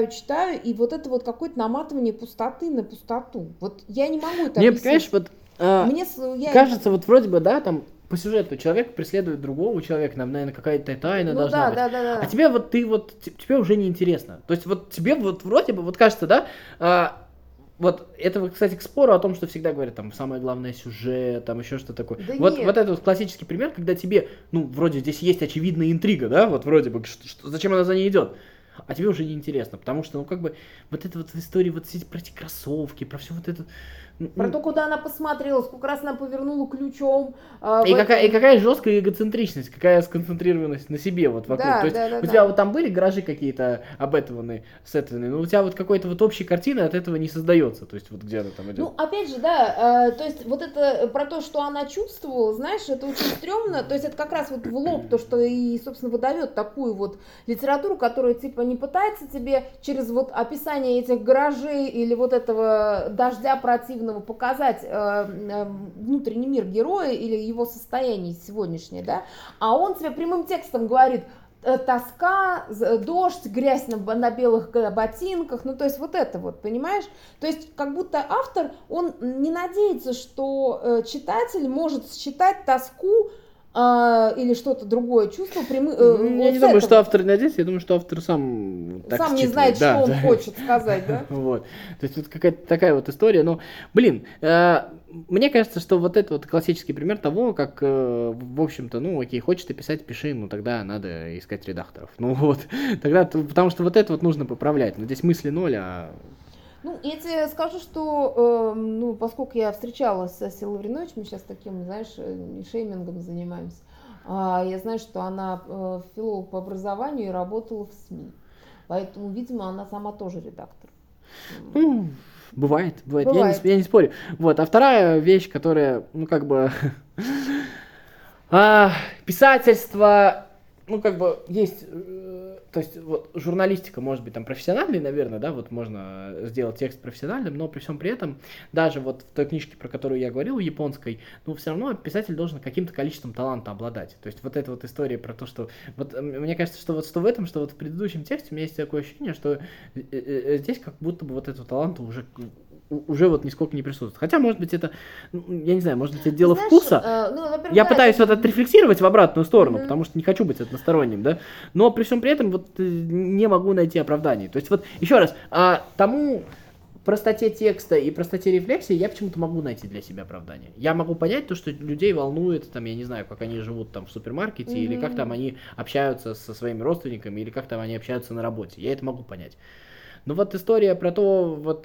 и вот это вот какое-то наматывание пустоты на пустоту. Вот я не могу это объяснить. Понимаешь, вот кажется, вот вроде бы, да, там по сюжету человек преследует другого человека, нам, наверное, какая-то тайна должна быть. Да. А тебе вот тебе уже не интересно. То есть вот тебе вот вроде бы, вот кажется, да, вот это, кстати, к спору о том, что всегда говорят, там, самое главное сюжет, там, еще что такое. Да вот это вот классический пример, когда тебе, ну, вроде здесь есть очевидная интрига, да, вот вроде бы, зачем она за ней идет, а тебе уже не интересно, потому что, ну, как бы, вот эта вот история, вот про эти кроссовки, про все вот это... Про то, куда она посмотрела, сколько раз она повернула ключом. И какая жесткая эгоцентричность, какая сконцентрированность на себе вот вокруг. Да, то есть у тебя вот там были гаражи какие-то обетованные, сетованные, но у тебя вот какой-то вот общей картины от этого не создается, то есть вот где-то там идет. Ну, опять же, да, то есть вот это про то, что она чувствовала, знаешь, это очень стрёмно, то есть это как раз вот в лоб то, что и, собственно, выдает такую вот литературу, которая типа не пытается тебе через вот описание этих гаражей или вот этого дождя противного показать внутренний мир героя или его состояние сегодняшнее, да, а он тебе прямым текстом говорит: тоска, дождь, грязь на белых ботинках, ну то есть вот это вот, понимаешь? То есть как будто автор, он не надеется, что читатель может считать тоску или что-то другое чувство прямым. Я не думаю, что автор надеется, я думаю, что автор сам так сам не знает, что он хочет сказать, да? Вот. То есть вот какая-то такая вот история, но, блин, мне кажется, что вот это вот классический пример того, как, в общем-то, ну, окей, хочешь ты писать, пиши, ну, тогда надо искать редакторов. Ну, вот, тогда, потому что вот это вот нужно поправлять. Но здесь мысли ноль, а... Ну, я тебе скажу, что, ну, поскольку я встречалась с Асей Лавринович, мы сейчас таким, знаешь, шеймингом занимаемся, я знаю, что она филолог по образованию и работала в СМИ, поэтому, видимо, она сама тоже редактор. Ну, бывает. Я не спорю. Вот, а вторая вещь, которая, ну, как бы, писательство, ну, как бы, есть... То есть вот журналистика может быть там профессиональной, наверное, да, вот можно сделать текст профессиональным, но при всем при этом, даже вот в той книжке, про которую я говорил, японской, ну, все равно писатель должен каким-то количеством таланта обладать. То есть вот эта вот история про то, что... Вот мне кажется, что вот что в этом, что вот в предыдущем тексте у меня есть такое ощущение, что здесь как будто бы вот этого таланта уже вот нисколько не присутствует. Хотя, может быть, это, я не знаю, может быть, это дело вкуса. Я пытаюсь вот отрефлексировать в обратную сторону, потому что не хочу быть односторонним, да, но при всем при этом вот не могу найти оправданий. То есть вот, еще раз, тому простоте текста и простоте рефлексии я почему-то могу найти для себя оправдание. Я могу понять то, что людей волнует, там, я не знаю, как они живут там в супермаркете, или как там они общаются со своими родственниками, или как там они общаются на работе. Я это могу понять. Но вот история про то, вот...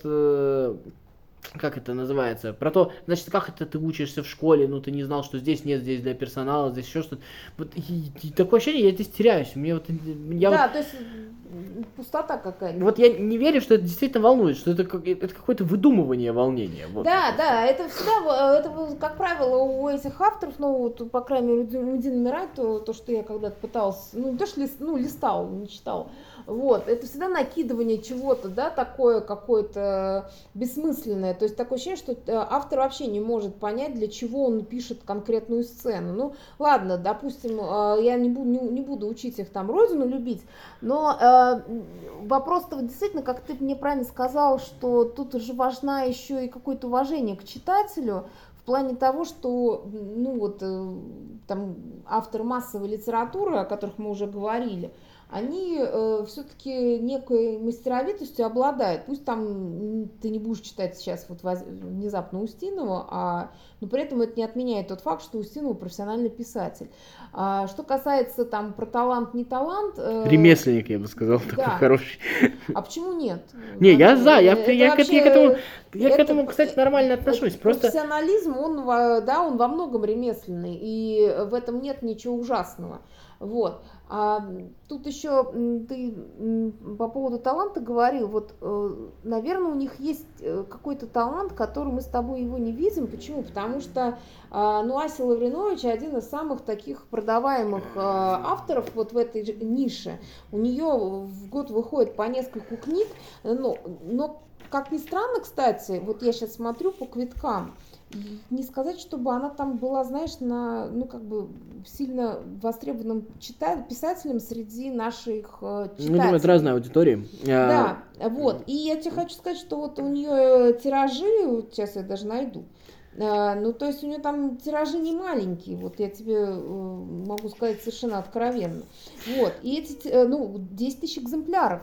как это называется, про то, значит, как это ты учишься в школе, ну ты не знал, что здесь нет, здесь для персонала, здесь еще что-то. Вот и такое ощущение, я здесь теряюсь. Мне вот, да, то есть пустота какая-то. Вот я не верю, что это действительно волнует, что это какое-то выдумывание волнения. Вот. Да, это всегда, это, как правило, у этих авторов, ну, вот, по крайней мере, у Дины Мирай, то, что я когда-то пыталась, ну, не то, что листала, не читала, вот, это всегда накидывание чего-то, да, такое какое-то бессмысленное, то есть такое ощущение, что автор вообще не может понять, для чего он пишет конкретную сцену. Ну, ладно, допустим, я не буду учить их там родину любить, но вопрос-то действительно, как ты мне правильно сказал, что тут уже важна еще и какое-то уважение к читателю, в плане того, что, ну вот, там, авторы массовой литературы, о которых мы уже говорили, они все-таки некой мастеровитостью обладают. Пусть там ты не будешь читать сейчас вот внезапно Устинова, но при этом это не отменяет тот факт, что Устинова профессиональный писатель. Что касается там про талант, не талант... Ремесленник, я бы сказал, да. Такой хороший. А почему нет? Не, я за, я к этому, кстати, нормально отношусь. Просто... Профессионализм, он во многом ремесленный, и в этом нет ничего ужасного. Вот. Тут еще ты по поводу таланта говорил, вот, наверное, у них есть какой-то талант, который мы с тобой его не видим. Почему? Потому что Ася Лавринович один из самых таких продаваемых авторов вот в этой нише. У нее в год выходит по нескольку книг, но как ни странно, кстати, вот я сейчас смотрю по квиткам, не сказать, чтобы она там была, знаешь, сильно востребованным писателем среди наших читателей. Ну, думаю, это разная аудитория. Да, вот. И я тебе хочу сказать, что вот у нее тиражи, сейчас я даже найду, то есть у нее там тиражи не маленькие, вот я тебе могу сказать совершенно откровенно. Вот, и эти, 10 тысяч экземпляров,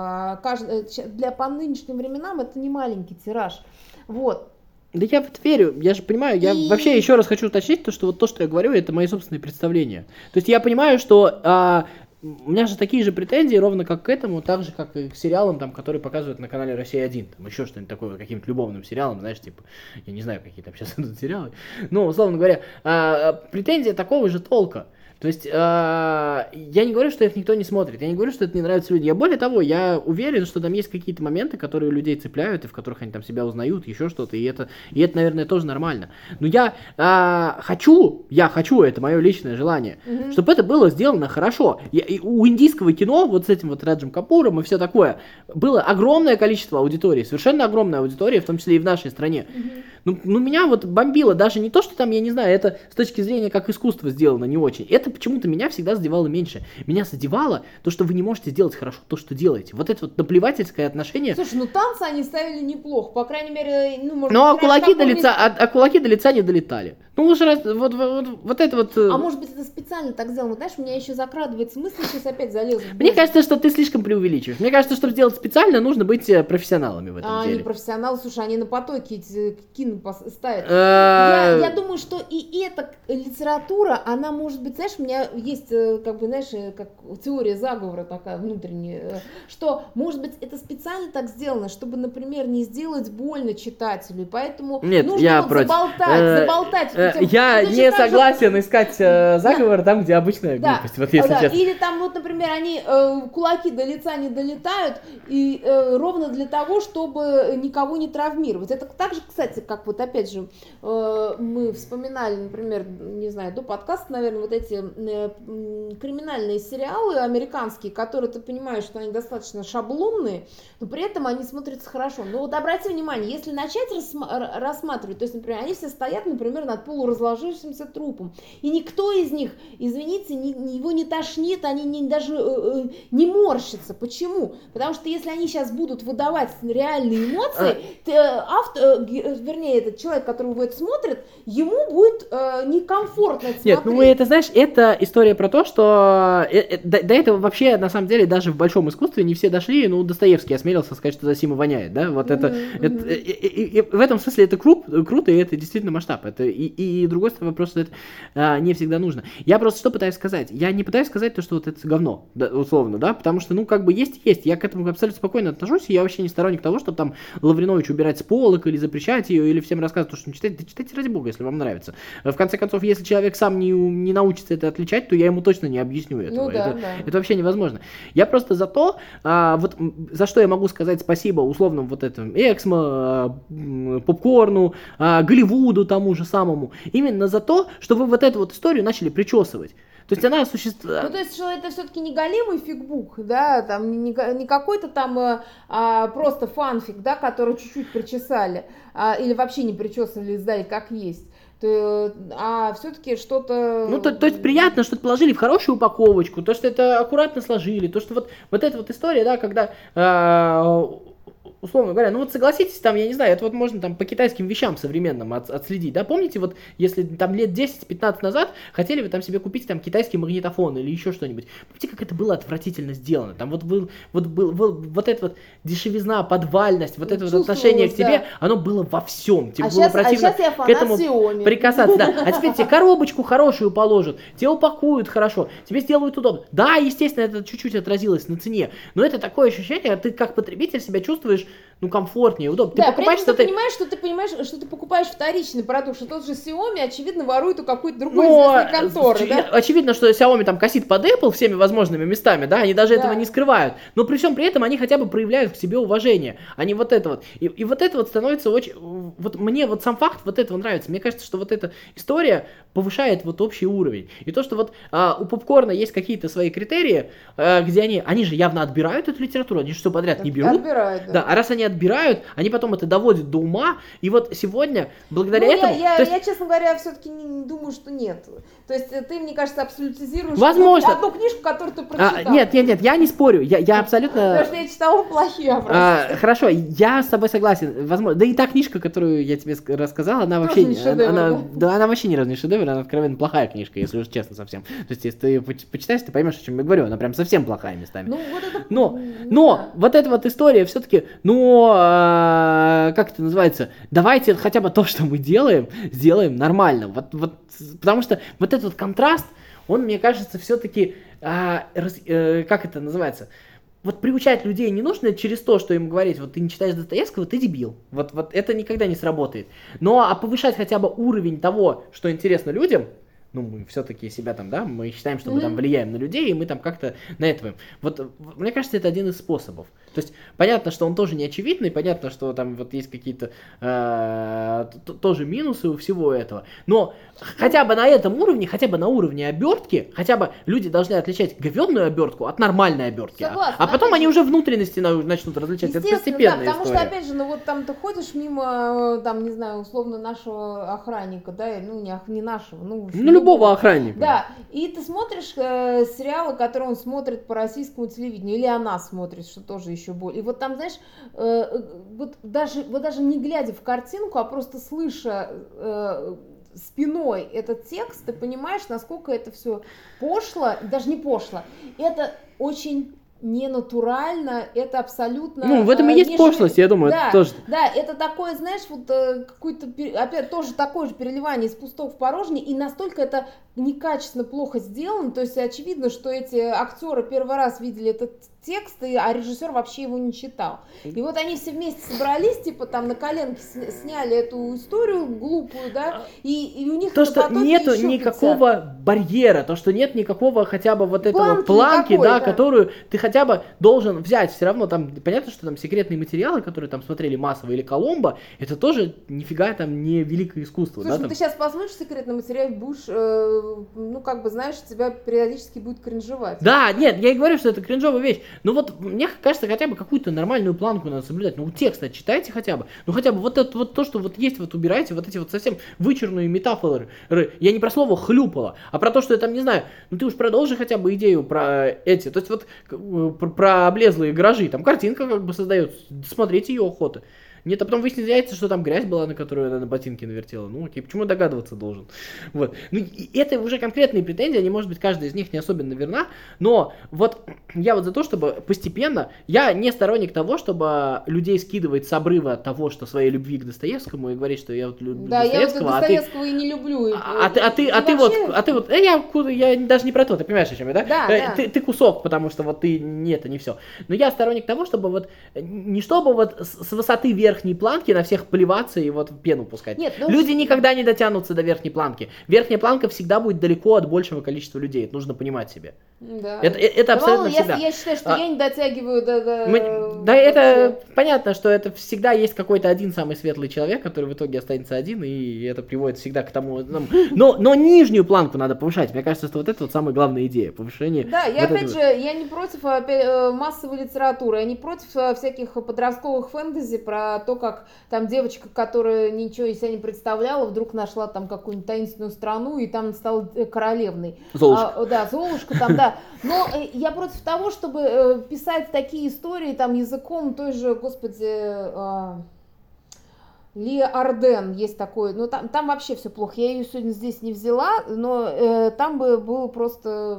по нынешним временам это не маленький тираж, вот. Да я вот верю, я же понимаю, я вообще еще раз хочу уточнить, что я говорю, это мои собственные представления. То есть я понимаю, что у меня же такие же претензии, ровно как к этому, так же, как и к сериалам, там, которые показывают на канале «Россия-1», там, еще что-нибудь такое, каким-то любовным сериалам, знаешь, типа, я не знаю, какие там сейчас идут сериалы, но, условно говоря, претензия такого же толка. То есть, я не говорю, что их никто не смотрит, я не говорю, что это не нравится людям. Я более того, я уверен, что там есть какие-то моменты, которые людей цепляют, и в которых они там себя узнают, еще что-то, и это, наверное, тоже нормально. Но я хочу, это мое личное желание, чтобы это было сделано хорошо. У индийского кино, вот с этим вот Раджем Капуром и все такое, было огромное количество аудитории, совершенно огромная аудитория, в том числе и в нашей стране. Ну, меня вот бомбило даже не то, что там, я не знаю, это с точки зрения как искусство сделано не очень. Это почему-то меня всегда задевало меньше. Меня задевало то, что вы не можете сделать хорошо то, что делаете. Вот это вот наплевательское отношение. Слушай, танцы они ставили неплохо, по крайней мере, может быть, кулаки до лица не долетали. Ну, вот это вот... А может быть, это специально так сделано? Знаешь, у меня еще закрадывается мысль, сейчас опять залезу. Мне кажется, что ты слишком преувеличиваешь. Мне кажется, чтобы сделать специально, нужно быть профессионалами в этом деле. Они профессионалы, слушай, они на потоке кино ставят. Я думаю, что и эта литература, она может быть, знаешь, у меня есть, как теория заговора такая внутренняя, что, может быть, это специально так сделано, чтобы, например, не сделать больно читателю, и поэтому нужно заболтать. Я не согласен искать заговор там, где обычная глупость, вот если честно. Или там, вот, например, они кулаки до лица не долетают, и ровно для того, чтобы никого не травмировать. Это так же, кстати, как вот опять же мы вспоминали, например, не знаю, до подкаста, наверное, вот эти криминальные сериалы американские, которые ты понимаешь, что они достаточно шаблонные, но при этом они смотрятся хорошо. Но вот обрати внимание, если начать рассматривать, то есть, например, они все стоят, например, над полуразложившимся трупом, и никто из них, извините, его не тошнит, они даже не морщатся. Почему? Потому что если они сейчас будут выдавать реальные эмоции, этот человек, который его это смотрит, ему будет некомфортно это смотреть. Нет, это, знаешь, это история про то, что до этого вообще, на самом деле, даже в большом искусстве не все дошли, ну, Достоевский осмелился сказать, что Зосима воняет, да, вот это, и в этом смысле это круто, и это действительно масштаб, это, и другой вопрос, что это не всегда нужно. Я просто что пытаюсь сказать? Я не пытаюсь сказать то, что вот это говно, да, условно, да, потому что, ну, как бы есть, я к этому абсолютно спокойно отношусь, и я вообще не сторонник того, чтобы там Лавринович убирать с полок, или запрещать ее, или всем рассказывать то, что не читайте, да читайте ради бога, если вам нравится. В конце концов, если человек сам не научится это отличать, то я ему точно не объясню этого. Ну, это вообще невозможно. Я просто за то, вот за что я могу сказать спасибо условно вот этому Эксмо, Попкорну, Голливуду тому же самому, именно за то, что вы вот эту вот историю начали причесывать. То есть она существует... Ну, то есть, что это все-таки не голимый фигбук, да, там не какой-то там просто фанфик, да, который чуть-чуть причесали, или вообще не причесывали, сдали как есть. А все-таки что-то... Ну, то есть приятно, что это положили в хорошую упаковочку, то, что это аккуратно сложили, то, что вот эта вот история, да, когда... условно говоря, ну вот согласитесь, там, я не знаю, это вот можно там по китайским вещам современным отследить, да, помните, вот если там лет 10-15 назад хотели вы там себе купить там китайский магнитофон или еще что-нибудь, помните, как это было отвратительно сделано, там вот был вот эта вот дешевизна, подвальность, вот это вот отношение к тебе, оно было во всем, тебе было противно к этому прикасаться, да, а теперь тебе коробочку хорошую положат, тебе упакуют хорошо, тебе сделают удобно, да, естественно, это чуть-чуть отразилось на цене, но это такое ощущение, ты как потребитель себя чувствуешь, ну, комфортнее, удобно. Да, ты покупаешь, ты понимаешь, что ты покупаешь вторичный продукт, что тот же Xiaomi, очевидно, ворует у какой-то другой известной конторы, да? Очевидно, что Xiaomi там косит под Apple всеми возможными местами, да, они даже этого не скрывают, но при всем при этом они хотя бы проявляют к себе уважение, а не вот это вот. И вот это вот становится очень... Вот мне вот сам факт вот этого нравится. Мне кажется, что вот эта история повышает вот общий уровень. И то, что вот у Попкорна есть какие-то свои критерии, где они же явно отбирают эту литературу, они же все подряд не берут. Отбирают, да. А раз они отбирают, они потом это доводят до ума, и вот сегодня, благодаря этому... Я, честно говоря, все-таки не думаю, что нет. То есть ты, мне кажется, абсолютизируешь одну книжку, которую ты прочитал. Нет, я не спорю, я абсолютно... Потому что я читала плохие. Хорошо, я с тобой согласен, возможно. Да и та книжка, которую я тебе рассказал, она вообще... Она вообще ни разу не шедевр, она откровенно плохая книжка, если уж честно совсем. То есть, если ты почитаешь, ты поймешь, о чем я говорю, она прям совсем плохая местами. Но вот эта вот история все-таки, как это называется, давайте хотя бы то, что мы делаем, сделаем нормально. Вот, потому что вот этот контраст, он, мне кажется, все-таки, как это называется, вот приучать людей не нужно через то, что им говорить, вот ты не читаешь Достоевского, ты дебил. Вот это никогда не сработает. А повышать хотя бы уровень того, что интересно людям, ну, мы все-таки себя там, да, мы считаем, что мы там влияем на людей, и мы там как-то на это... Вот, мне кажется, это один из способов. То есть, понятно, что он тоже не очевидный, понятно, что там вот есть какие-то тоже минусы у всего этого, но хотя бы на этом уровне, хотя бы на уровне обертки, хотя бы люди должны отличать говённую обертку от нормальной обертки. Согласна, а потом они уже внутренности начнут различать. Это постепенная потому история. Что, опять же, ну вот там ты ходишь мимо, там, не знаю, условно нашего охранника, да, ну не нашего, ну любого охранника. Да, и ты смотришь сериалы, которые он смотрит по российскому телевидению, или она смотрит, что тоже еще более. И вот там, знаешь, вот даже не глядя в картинку, а просто слыша спиной этот текст, ты понимаешь, насколько это все пошло, даже не пошло, это очень ненатурально, это абсолютно... Ну, в этом и есть пошлость, я думаю, да, это тоже... Да, это такое, знаешь, вот какое-то, опять тоже такое же переливание из пустого в порожнее, и настолько это некачественно плохо сделано, то есть очевидно, что эти актеры первый раз видели этот текст, а режиссер вообще его не читал. И вот они все вместе собрались, типа там на коленке сняли эту историю глупую, да, и у них... То, что нету никакого барьера, то, что нет никакого хотя бы вот этого планки, да, которую ты хотя бы должен взять. Все равно там, понятно, что там секретные материалы, которые там смотрели массово, или Коломбо, это тоже нифига там не великое искусство. Слушай, да, ты сейчас посмотришь секретный материал, будешь, ну, как бы, знаешь, тебя периодически будет кринжевать. Да, нет, я и говорю, что это кринжовая вещь. Ну вот, мне кажется, хотя бы какую-то нормальную планку надо соблюдать. Ну, текст читайте хотя бы. Ну, хотя бы вот это вот то, что вот есть, вот убирайте, вот эти вот совсем вычурные метафоры. Я не про слово хлюпало, а про то, что я там, не знаю, ну ты уж продолжи хотя бы идею про эти, то есть вот про облезлые гаражи, там картинка как бы создается, смотреть ее охота. Нет, а потом выясняется, что там грязь была, на которую она на ботинки навертела. Ну окей, почему я догадываться должен? Вот. Ну, и это уже конкретные претензии, они, может быть, каждая из них не особенно верна, но вот я вот за то, чтобы постепенно, я не сторонник того, чтобы людей скидывать с обрыва того, что своей любви к Достоевскому, и говорить, что я вот люблю Достоевского, я вот Достоевского и не люблю. Я даже не про то, ты понимаешь, о чем я, да? Да. Ты кусок, потому что вот ты, нет, это не все. Но я сторонник того, чтобы вот, не чтобы вот с высоты верхней планки на всех плеваться и вот пену пускать. Нет, люди никогда не дотянутся до верхней планки. Верхняя планка всегда будет далеко от большего количества людей, это нужно понимать себе. Да. Это абсолютно всегда. Я считаю, что я не дотягиваю до... Да, это понятно, что это всегда есть какой-то один самый светлый человек, который в итоге останется один, и это приводит всегда к тому... Но нижнюю планку надо повышать. Мне кажется, что вот это вот самая главная идея, повышение... Да, я не против массовой литературы, я не против всяких подростковых фэнтези про то, как там девочка, которая ничего из себя не представляла, вдруг нашла там какую-нибудь таинственную страну и там стала королевной. Золушка. Золушка там, да. Но я против того, чтобы писать такие истории там языком той же, господи... Ли Арден есть такой, но там вообще все плохо. Я ее сегодня здесь не взяла, но там бы было просто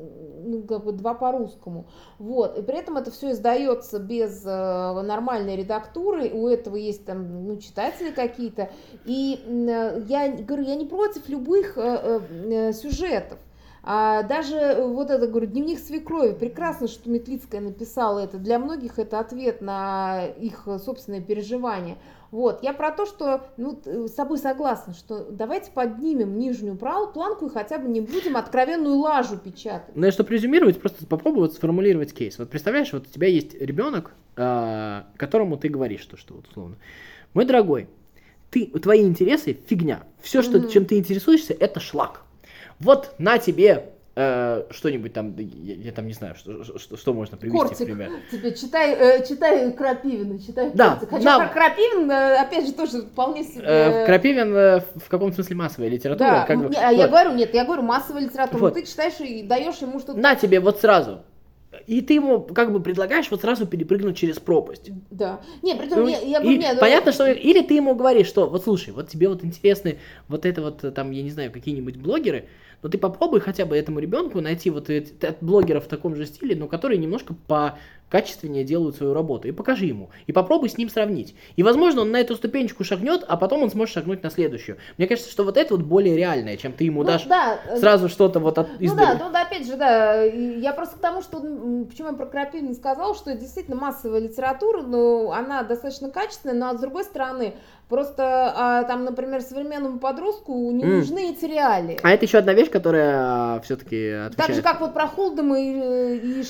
два по-русскому. Вот. И при этом это все издается без нормальной редактуры. У этого есть там читатели какие-то. И я говорю, я не против любых сюжетов. Даже вот это, говорю, дневник свекрови, прекрасно, что Метлицкая написала это, для многих это ответ на их собственные переживания. Вот, я про то, что с тобой согласна, что давайте поднимем нижнюю планку и хотя бы не будем откровенную лажу печатать. Ну, чтобы резюмировать, просто попробовать сформулировать кейс. Вот представляешь, вот у тебя есть ребенок, которому ты говоришь, что вот условно, мой дорогой, твои интересы фигня, все, чем ты интересуешься, это шлак. Вот на тебе что-нибудь там, я там не знаю, что можно привести Кортик. в пример. Тебе читай Крапивина, читай да, Кортик. Хотя Крапивин, опять же, тоже вполне себе... Крапивин в каком смысле массовая литература? Да, я говорю массовая литература. Вот. Ты читаешь и даешь ему что-то... На тебе вот сразу. И ты ему как бы предлагаешь вот сразу перепрыгнуть через пропасть. Да. Не, при этом я говорю, нет. Понятно, что... Или ты ему говоришь, что вот слушай, вот тебе вот интересны вот это вот там, я не знаю, какие-нибудь блогеры, но ты попробуй хотя бы этому ребенку найти вот от блогеров в таком же стиле, но которые немножко покачественнее делают свою работу. И покажи ему. И попробуй с ним сравнить. И, возможно, он на эту ступенечку шагнет, а потом он сможет шагнуть на следующую. Мне кажется, что вот это вот более реальное, чем ты ему дашь сразу что-то вот издали. Опять же, да. Я просто к тому, что... Почему я про Крапивина сказала, что это действительно массовая литература, но она достаточно качественная, но с другой стороны... Просто там, например, современному подростку не нужны эти реалии. А это еще одна вещь, которая все-таки отвечает. Так же, как вот про Холдема и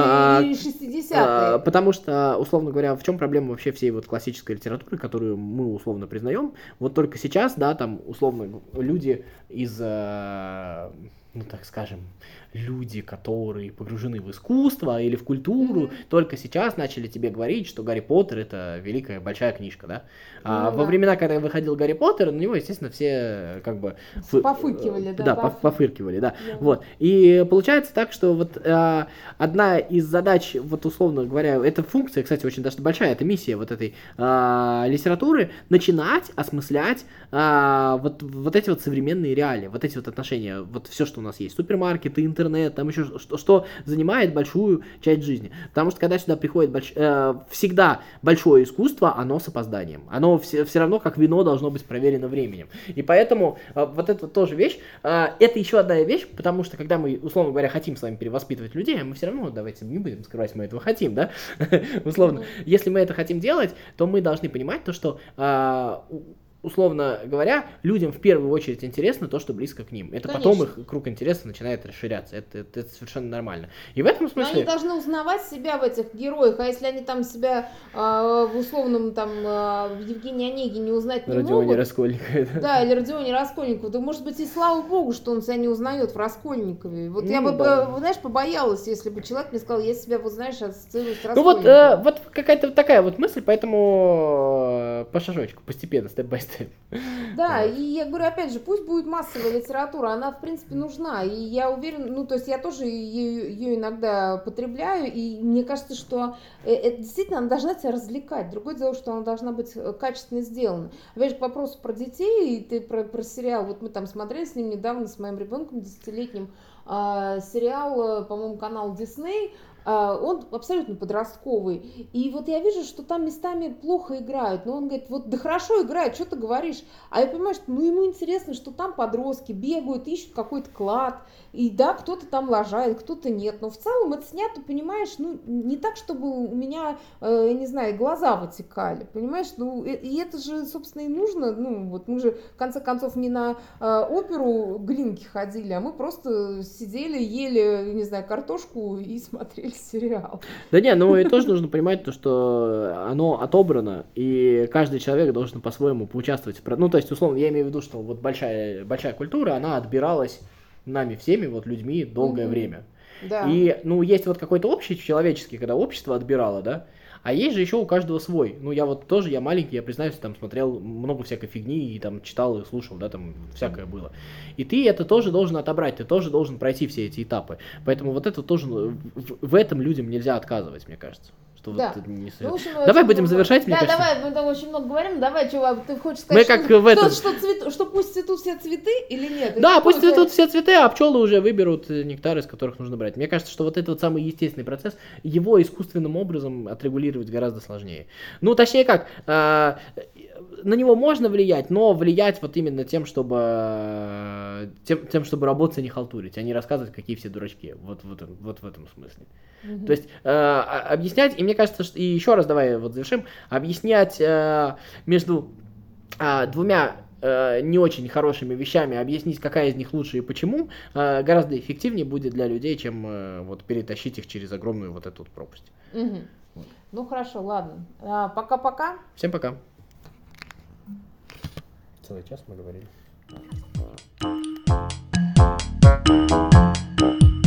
60-е. Потому что, условно говоря, в чем проблема вообще всей вот классической литературы, которую мы условно признаем? Вот только сейчас, да, там, условно, люди из, так скажем, люди, которые погружены в искусство или в культуру, только сейчас начали тебе говорить, что Гарри Поттер — это великая большая книжка, да? Во времена, когда выходил Гарри Поттер, на него, естественно, все как бы... Пофыркивали, да? Да, пофыркивали, да. Вот. И получается так, что вот одна из задач, вот условно говоря, эта функция, кстати, очень даже большая, это миссия вот этой литературы, начинать осмыслять вот эти вот современные реалии, вот эти вот отношения, вот все, что у нас есть, супермаркеты, интернет, там еще что занимает большую часть жизни. Потому что когда сюда приходит всегда большое искусство, оно с опозданием. Оно все равно, как вино, должно быть проверено временем. И поэтому вот это вот тоже вещь. Это еще одна вещь, потому что когда мы, условно говоря, хотим с вами перевоспитывать людей, мы все равно, давайте не будем скрывать, мы этого хотим, да? Условно. Если мы это хотим делать, то мы должны понимать то, что... условно говоря, людям в первую очередь интересно то, что близко к ним. Это Конечно. Потом их круг интереса начинает расширяться. Это совершенно нормально. И в этом смысле... Но они должны узнавать себя в этих героях, а если они там себя в условном там Евгении Онегине узнать не Родионе могут... Раскольникове. Да, или Родионе Раскольникову. Да, может быть, и слава богу, что он себя не узнает в Раскольникове. Вот я бы, знаешь, побоялась, если бы человек мне сказал, я себя, вот знаешь, ассоциирую с Раскольниковым. Ну вот какая-то такая вот мысль, поэтому по шажочку, постепенно, степ-бай-степ. удовольствием. Да, и я говорю, опять же, пусть будет массовая литература, она, в принципе, нужна, и я уверена, ну, то есть я тоже ее иногда потребляю, и мне кажется, что это действительно, она должна тебя развлекать. Другое дело, что она должна быть качественно сделана. Опять же, к вопросу про детей, и ты про сериал, вот мы там смотрели с ним недавно, с моим ребенком 10-летним, сериал, по-моему, канал Disney, он абсолютно подростковый. И вот я вижу, что там местами плохо играют. Но он говорит, вот да хорошо играют, что ты говоришь? А я понимаю, что ну, ему интересно, что там подростки бегают, ищут какой-то клад. И да, кто-то там лажает, кто-то нет. Но в целом это снято, понимаешь, ну не так, чтобы у меня, я не знаю, глаза вытекали. Понимаешь, ну и это же, собственно, и нужно. Ну вот мы же, в конце концов, не на оперу Глинки ходили, а мы просто сидели, ели, не знаю, картошку и смотрели сериал. Да не, ну и тоже нужно понимать то, что оно отобрано, и каждый человек должен по-своему поучаствовать. Ну, то есть, условно, я имею в виду, что вот большая культура, она отбиралась нами всеми, вот людьми, долгое время. Да. И, ну, есть вот какой-то общий человеческий, когда общество отбирало, да, а есть же еще у каждого свой. Ну, я вот тоже, я маленький, я признаюсь, там смотрел много всякой фигни, и там читал и слушал, да, там всякое было. И ты это тоже должен отобрать, ты тоже должен пройти все эти этапы. Поэтому вот это тоже, в этом людям нельзя отказывать, мне кажется. Что да. вот не ну, общем, давай будем завершать, мне да, кажется. давай, мы там очень много говорим, давай, чувак, ты хочешь сказать, что пусть цветут все цветы или нет? Да, пусть цветут все цветы, а пчелы уже выберут нектар, из которых нужно брать. Мне кажется, что вот этот вот самый естественный процесс, его искусственным образом отрегулировать гораздо сложнее. Ну, точнее как, на него можно влиять, но влиять вот именно тем, чтобы работать и не халтурить, а не рассказывать, какие все дурачки. Вот в этом смысле. Mm-hmm. То есть объяснять, и мне кажется, что, и еще раз давай вот завершим, объяснять между двумя не очень хорошими вещами, объяснить, какая из них лучше и почему, гораздо эффективнее будет для людей, чем вот перетащить их через огромную вот эту вот пропасть. Mm-hmm. Вот. Ну хорошо, ладно. Пока-пока. Всем пока. Целый час мы говорили.